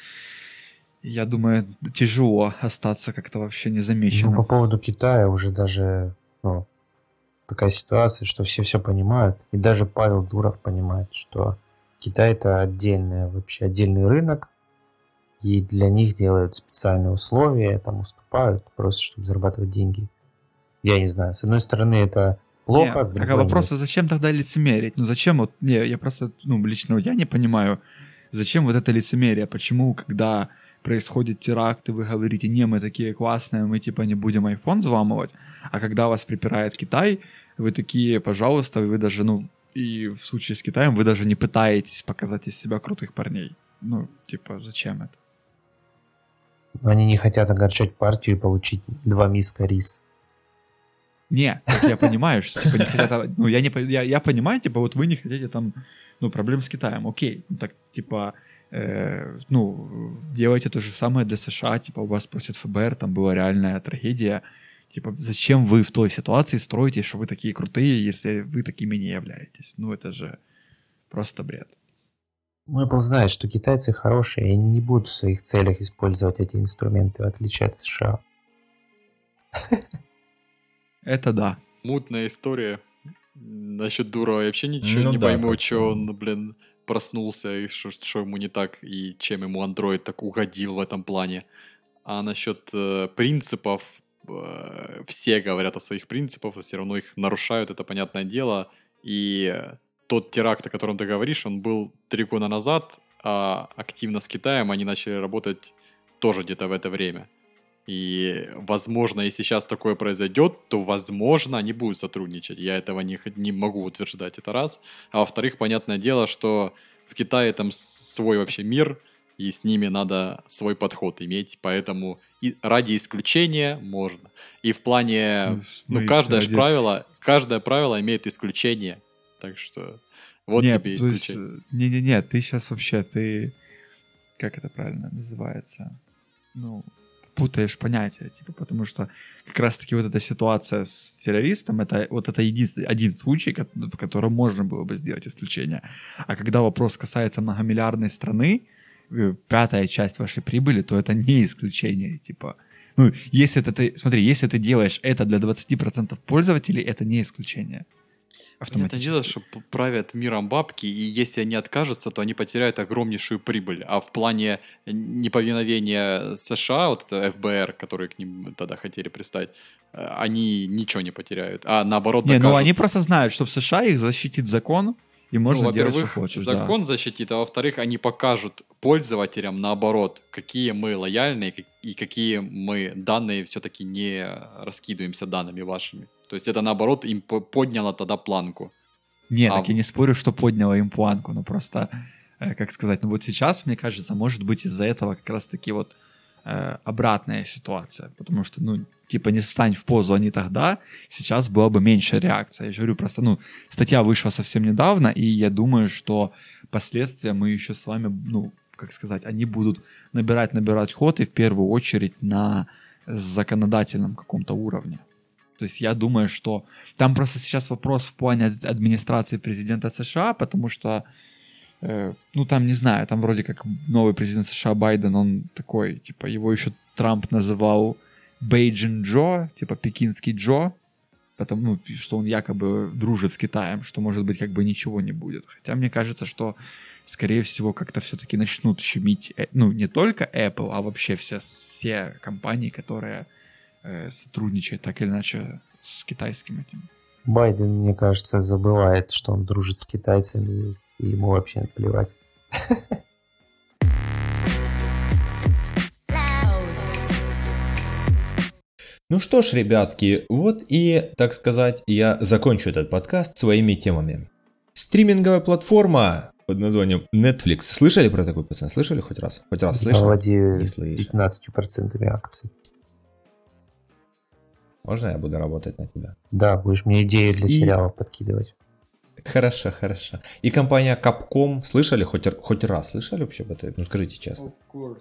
я думаю, тяжело остаться как-то вообще незамеченным. Ну, по поводу Китая уже даже, ну, такая ситуация, что все понимают, и даже Павел Дуров понимает, что Китай это вообще отдельный рынок, и для них делают специальные условия, там уступают, просто чтобы зарабатывать деньги. Я не знаю, с одной стороны это плохо, с другой так, а вопрос, нет. а зачем тогда лицемерить? Ну зачем вот, я просто, ну, лично я не понимаю, зачем вот это лицемерие, почему, когда происходит теракт, и вы говорите, не, мы такие классные, мы типа не будем iPhone взламывать, а когда вас припирает Китай, вы такие, пожалуйста, вы даже, ну, и в случае с Китаем вы даже не пытаетесь показать из себя крутых парней. Ну, типа, зачем это? Они не хотят огорчать партию и получить 2 миска рис. Не, так я понимаю, что типа не хотят, ну я понимаю, типа вот вы не хотите там проблем с Китаем, окей. Ну, так, типа, делайте то же самое для США, типа, у вас просит ФБР, там была реальная трагедия. Типа, зачем вы в той ситуации строите, что вы такие крутые, если вы такими не являетесь? Ну, это же просто бред. Apple знает, что китайцы хорошие, и они не будут в своих целях использовать эти инструменты, в отличие от США. Это да. Мутная история. Насчет Дурова я вообще ничего не пойму, что он, проснулся, и что ему не так, и чем ему Android так угодил в этом плане. А насчет принципов, все говорят о своих принципах, все равно их нарушают, это понятное дело. И тот теракт, о котором ты говоришь, он был 3 года назад, а активно с Китаем они начали работать тоже где-то в это время. И, возможно, если сейчас такое произойдет, то, возможно, они будут сотрудничать. Я этого не могу утверждать, это раз. А во-вторых, понятное дело, что в Китае там свой вообще мир, и с ними надо свой подход иметь. Поэтому и ради исключения можно. И в плане... каждое правило имеет исключение. Так что вот тебе исключение. Не-не-не, ты сейчас вообще, как это правильно называется? Путаешь понятия, типа, потому что как раз-таки вот эта ситуация с террористом, это единственный один случай, в котором можно было бы сделать исключение. А когда вопрос касается многомиллиардной страны, 5-я часть вашей прибыли, то это не исключение, типа. Если ты делаешь это для 20% пользователей, это не исключение. Понятное дело, что правят миром бабки, и если они откажутся, то они потеряют огромнейшую прибыль. А в плане неповиновения США, вот это ФБР, которые к ним тогда хотели пристать, они ничего не потеряют. А наоборот докажут... они просто знают, что в США их защитит закон, и можно делать, что хочешь. Закон защитит, а во-вторых, они покажут пользователям, наоборот, какие мы лояльные и какие мы данные все-таки не раскидываемся данными вашими. То есть это, наоборот, им подняло тогда планку. Так я не спорю, что подняло им планку, но просто, как сказать, вот сейчас, мне кажется, может быть из-за этого как раз-таки вот обратная ситуация, потому что, не встань в позу они тогда, сейчас была бы меньше реакция. Я же говорю, просто, статья вышла совсем недавно, и я думаю, что последствия мы еще с вами, они будут набирать ход, и в первую очередь на законодательном каком-то уровне. То есть я думаю, что там просто сейчас вопрос в плане администрации президента США, потому что, там, не знаю, там вроде как новый президент США Байден, он такой, типа, его еще Трамп называл Бейджин Джо, типа пекинский Джо, потому что он якобы дружит с Китаем, что, может быть, как бы ничего не будет. Хотя мне кажется, что, скорее всего, как-то все-таки начнут щемить, не только Apple, а вообще все компании, которые сотрудничает так или иначе с китайским этим. Байден, мне кажется, забывает, что он дружит с китайцами, и ему вообще плевать. Ну что ж, ребятки, вот и, так сказать, я закончу этот подкаст своими темами. Стриминговая платформа под названием Netflix. Слышали про такой, пацан? Слышали хоть раз? Хоть раз слышали? Я владею 15% акций. Можно я буду работать на тебя? Да, будешь мне идеи для сериалов подкидывать. Хорошо. И компания Capcom, слышали хоть раз? Слышали вообще об этом? Скажите честно. Of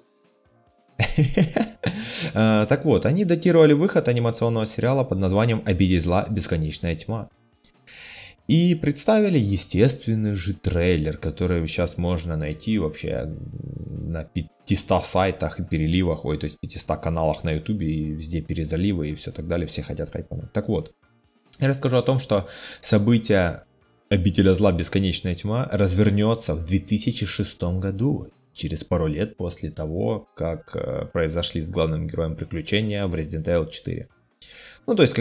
course. Так вот, они датировали выход анимационного сериала под названием «Обитель зла. Бесконечная тьма». И представили естественный же трейлер, который сейчас можно найти вообще на 500 сайтах и переливах, то есть 500 каналах на ютубе и везде перезаливы и все так далее, все хотят хайпануть. Так вот, я расскажу о том, что событие «Обителя зла. Бесконечная тьма» развернется в 2006 году, через пару лет после того, как произошли с главным героем приключения в Resident Evil 4. То есть,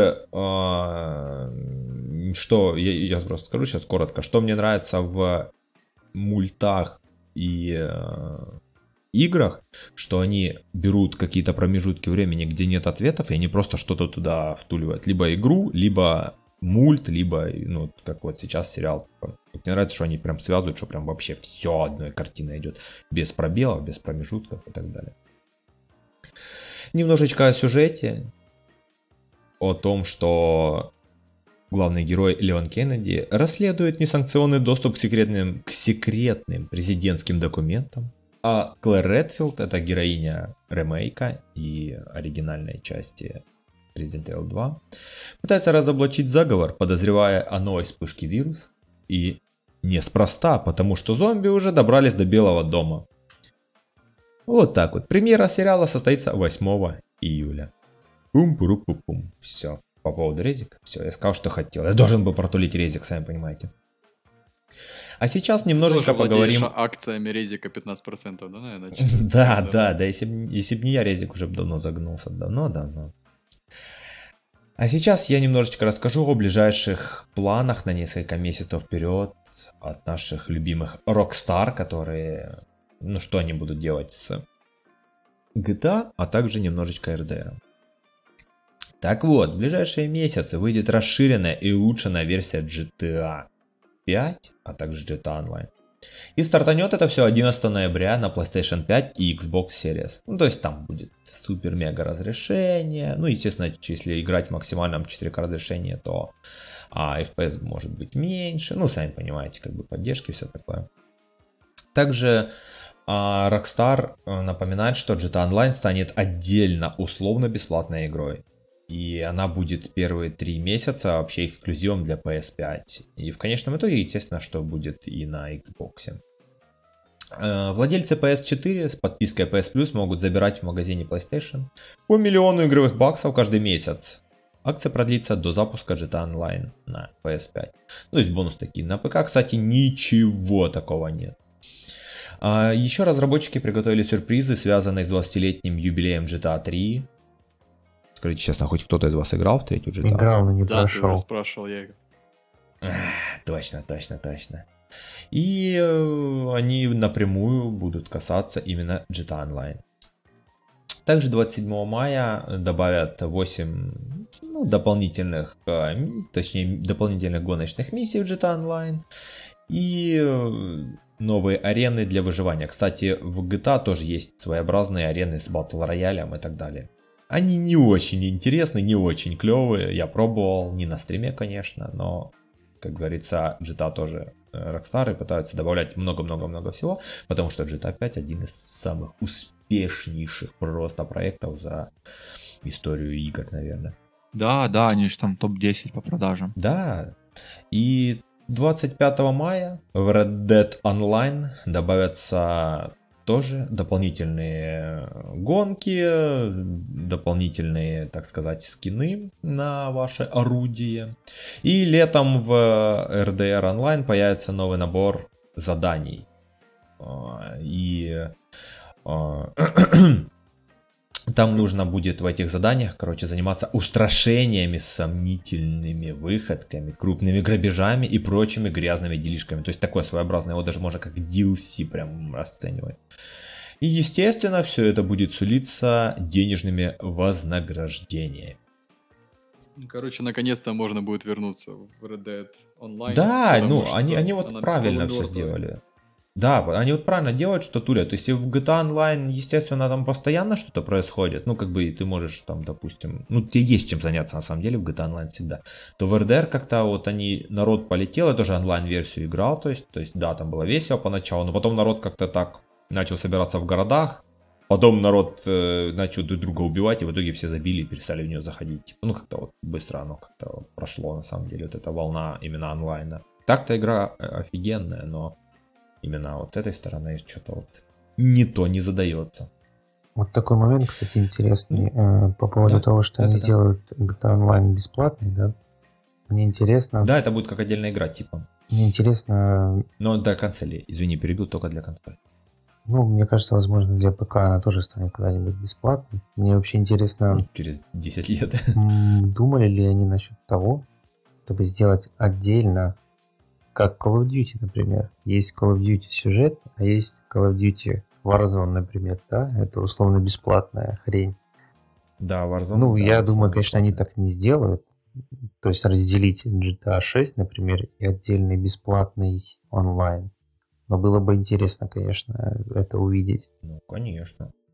что, я просто скажу сейчас коротко, что мне нравится в мультах и играх, что они берут какие-то промежутки времени, где нет ответов, и они просто что-то туда втуливают. Либо игру, либо мульт, либо, как вот сейчас сериал. Мне нравится, что они прям связывают, что прям вообще все одной картиной идет, без пробелов, без промежутков и так далее. Немножечко о сюжете. О том, что главный герой Леон Кеннеди расследует несанкционный доступ к секретным президентским документам, а Клэр Редфилд, это героиня ремейка и оригинальной части Resident Evil 2, пытается разоблачить заговор, подозревая о новой вспышке вируса, и неспроста, потому что зомби уже добрались до Белого дома. Вот так вот. Премьера сериала состоится 8 июля. Пум-пуру-пу-пум. Все. По поводу резика. Все, я сказал, что хотел. Я должен был протулить резик, сами понимаете. А сейчас немножечко поговорим... акциями резика 15%, да, наверное? Да, если бы не я, резик уже давно загнулся. Давно. А сейчас я немножечко расскажу о ближайших планах на несколько месяцев вперед от наших любимых Rockstar, которые... Ну, что они будут делать с GTA, а также немножечко RDR. Так вот, в ближайшие месяцы выйдет расширенная и улучшенная версия GTA 5, а также GTA Online. И стартанет это все 11 ноября на PlayStation 5 и Xbox Series. Ну, то есть там будет супер-мега разрешение. Ну, естественно, если играть в максимальном 4К разрешении, то FPS может быть меньше. Ну, сами понимаете, как бы поддержки, все такое. Также Rockstar напоминает, что GTA Online станет отдельно условно-бесплатной игрой. И она будет первые 3 месяца вообще эксклюзивом для PS5. И в конечном итоге, естественно, что будет и на Xbox. Владельцы PS4 с подпиской PS Plus могут забирать в магазине PlayStation по миллиону игровых баксов каждый месяц. Акция продлится до запуска GTA Online на PS5. То есть бонус такие. На ПК, кстати, ничего такого нет. Еще разработчики приготовили сюрпризы, связанные с 20-летним юбилеем GTA 3. Скажите честно, хоть кто-то из вас играл в третью GTA? Играл, но не да, прошел. Да, ты уже спрашивал, я играл. Точно. И они напрямую будут касаться именно GTA Online. Также 27 мая добавят 8 дополнительных гоночных миссий в GTA Online. И новые арены для выживания. Кстати, в GTA тоже есть своеобразные арены с батл роялем и так далее. Они не очень интересны, не очень клевые. Я пробовал, не на стриме, конечно, но, как говорится, GTA тоже Rockstar пытаются добавлять много-много-много всего, потому что GTA 5 один из самых успешнейших просто проектов за историю игр, наверное. Да, они же там топ-10 по продажам. Да, и 25 мая в Red Dead Online добавятся тоже дополнительные гонки, дополнительные, так сказать, скины на ваше орудие. И летом в RDR Online появится новый набор заданий. И там нужно будет в этих заданиях, заниматься устрашениями, сомнительными выходками, крупными грабежами и прочими грязными делишками. То есть такое своеобразное, его даже можно как DLC прям расценивать. И естественно, все это будет сулиться денежными вознаграждениями. Наконец-то можно будет вернуться в Red Dead Online. Да, они вот правильно все сделали. Да, они вот правильно делают, что турят. То есть в GTA Online, естественно, там постоянно что-то происходит. Ну, как бы ты можешь там, допустим... Ну, тебе есть чем заняться, на самом деле, в GTA Online всегда. То в RDR как-то вот народ полетел, я тоже онлайн-версию играл. То есть, да, там было весело поначалу, но потом народ как-то так начал собираться в городах. Потом народ начал друг друга убивать, и в итоге все забили и перестали в нее заходить. Ну, как-то вот быстро оно как-то прошло, на самом деле, вот эта волна именно онлайна. Так-то игра офигенная, но... Именно вот с этой стороны что-то вот не задается. Вот такой момент, кстати, интересный. По поводу того, что они сделают GTA Online бесплатный, да? Мне интересно... Да, это будет как отдельная игра, типа. Мне интересно... Но для консолей. Извини, перебил, только для консолей. Ну, мне кажется, возможно, для ПК она тоже станет когда-нибудь бесплатной. Мне вообще интересно... Через 10 лет. Думали ли они насчет того, чтобы сделать отдельно, как Call of Duty, например. Есть Call of Duty сюжет, а есть Call of Duty Warzone, например, да? Это условно бесплатная хрень. Да, Warzone. Ну, да, я думаю, конечно, они так не сделают. То есть разделить GTA 6, например, и отдельный бесплатный онлайн. Но было бы интересно, конечно, это увидеть. Ну, конечно.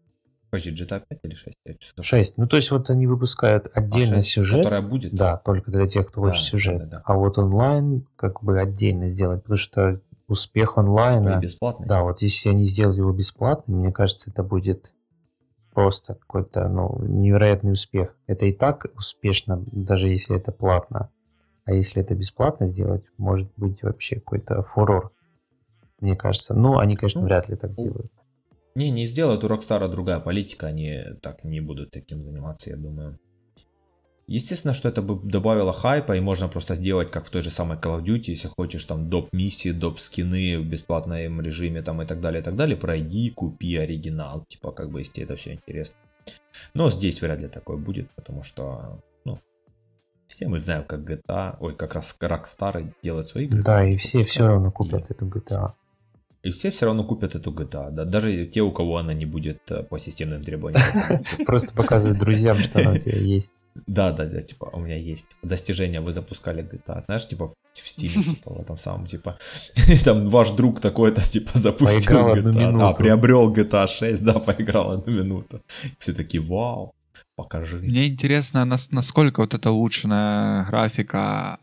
Подожди, GTA 5 или 6? 6. Ну, то есть вот они выпускают отдельно 6, сюжет. которая будет? Да, только для тех, кто Да, хочет сюжет. да. А вот онлайн как бы отдельно сделать, потому что успех Типа и онлайна... бесплатный? Да, вот если они сделают его бесплатным, мне кажется, это будет просто какой-то невероятный успех. Это и так успешно, даже если это платно. А если это бесплатно сделать, может быть вообще какой-то фурор, мне кажется. Ну, они, конечно, вряд ли так сделают. Не сделают, у Rockstar другая политика, они так не будут таким заниматься, я думаю. Естественно, что это бы добавило хайпа, и можно просто сделать, как в той же самой Call of Duty, если хочешь там доп. Миссии, доп. Скины в бесплатном режиме там и так далее, пройди, купи оригинал, типа как бы, если тебе это все интересно. Но здесь вряд ли такое будет, потому что, все мы знаем, как GTA, как раз Rockstar делают свои игры. Да, и все равно купят эту GTA. И все равно купят эту GTA, да, даже те, у кого она не будет по системным требованиям. Просто показывают друзьям, что она у тебя есть. Да, типа, у меня есть достижение, вы запускали GTA, знаешь, типа в Steam, типа в этом самом, типа, там ваш друг такой-то, типа, запустил поиграл GTA, 1 минуту. приобрел GTA 6, да, поиграл 1 минуту. Все такие, вау, покажи. Мне интересно, насколько вот эта улучшенная графика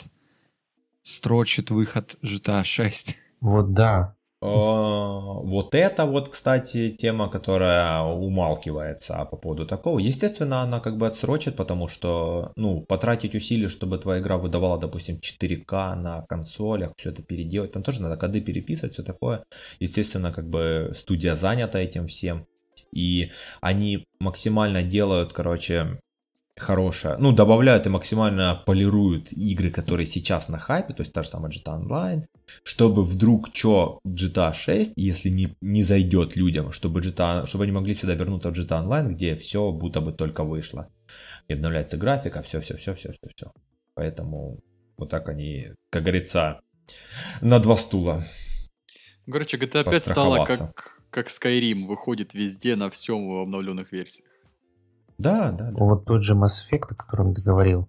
отстрочит выход GTA 6. Вот да. Вот это вот, кстати, тема, которая умалкивается по поводу такого. Естественно, она как бы отсрочит, потому что, потратить усилия, чтобы твоя игра выдавала, допустим, 4К на консолях, все это переделать, там тоже надо коды переписывать, все такое. Естественно, как бы студия занята этим всем, и они максимально делают, хорошее, добавляют и максимально полируют игры, которые сейчас на хайпе, то есть та же самая GTA Online, чтобы вдруг GTA 6, если не зайдет людям, чтобы они могли сюда вернуться в GTA Online, где все будто бы только вышло. И обновляется графика, все. Поэтому вот так они, как говорится, на 2 стула. Короче, GTA 5 стала как Skyrim, выходит везде на всем в обновленных версиях. Да. Вот тот же Mass Effect, о котором ты говорил,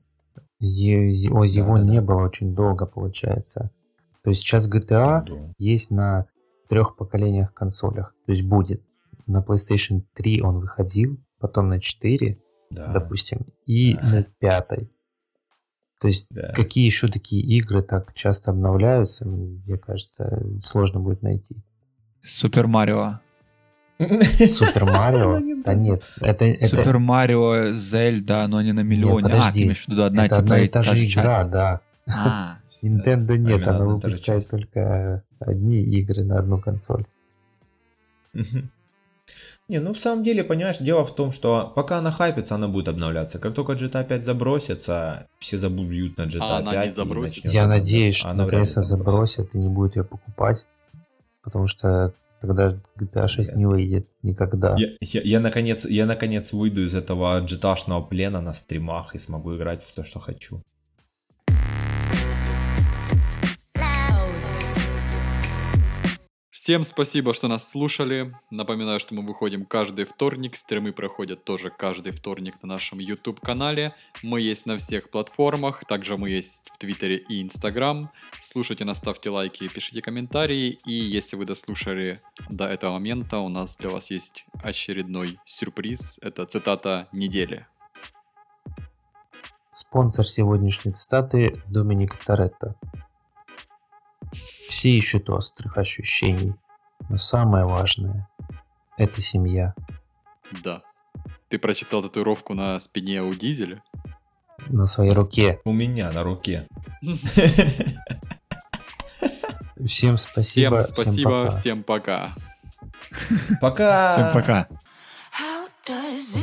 его не было очень долго, получается. То есть сейчас GTA есть на 3 поколениях консолях. То есть будет. На PlayStation 3 он выходил, потом на 4, допустим, и на 5. То есть какие еще такие игры так часто обновляются, мне кажется, сложно будет найти. Супер Марио. Супер Марио? Да нет, это... Супер Марио, Зельда, но не на миллионе. Нет, ты имеешь в виду это одна и та же игра, да. Nintendo нет, она выпускает только одни игры на одну консоль. В самом деле, понимаешь, дело в том, что пока она хайпится, она будет обновляться. Как только GTA 5 забросится, все забудут на GTA 5. Она не забросит. Я надеюсь, что наконец-то забросят и не будут ее покупать, потому что тогда GTA 6 не выйдет никогда. Я наконец выйду из этого GTA-шного плена на стримах и смогу играть в то, что хочу. Всем спасибо, что нас слушали. Напоминаю, что мы выходим каждый вторник. Стримы проходят тоже каждый вторник на нашем YouTube-канале. Мы есть на всех платформах. Также мы есть в Твиттере и Инстаграм. Слушайте нас, ставьте лайки, пишите комментарии. И если вы дослушали до этого момента, у нас для вас есть очередной сюрприз. Это цитата недели. Спонсор сегодняшней цитаты — Доминик Торетто. Все ищут острых ощущений, но самое важное — это семья. Да. Ты прочитал татуировку на спине у Дизеля? На своей руке. У меня на руке. Всем спасибо. Всем пока. Пока. Всем пока. How does it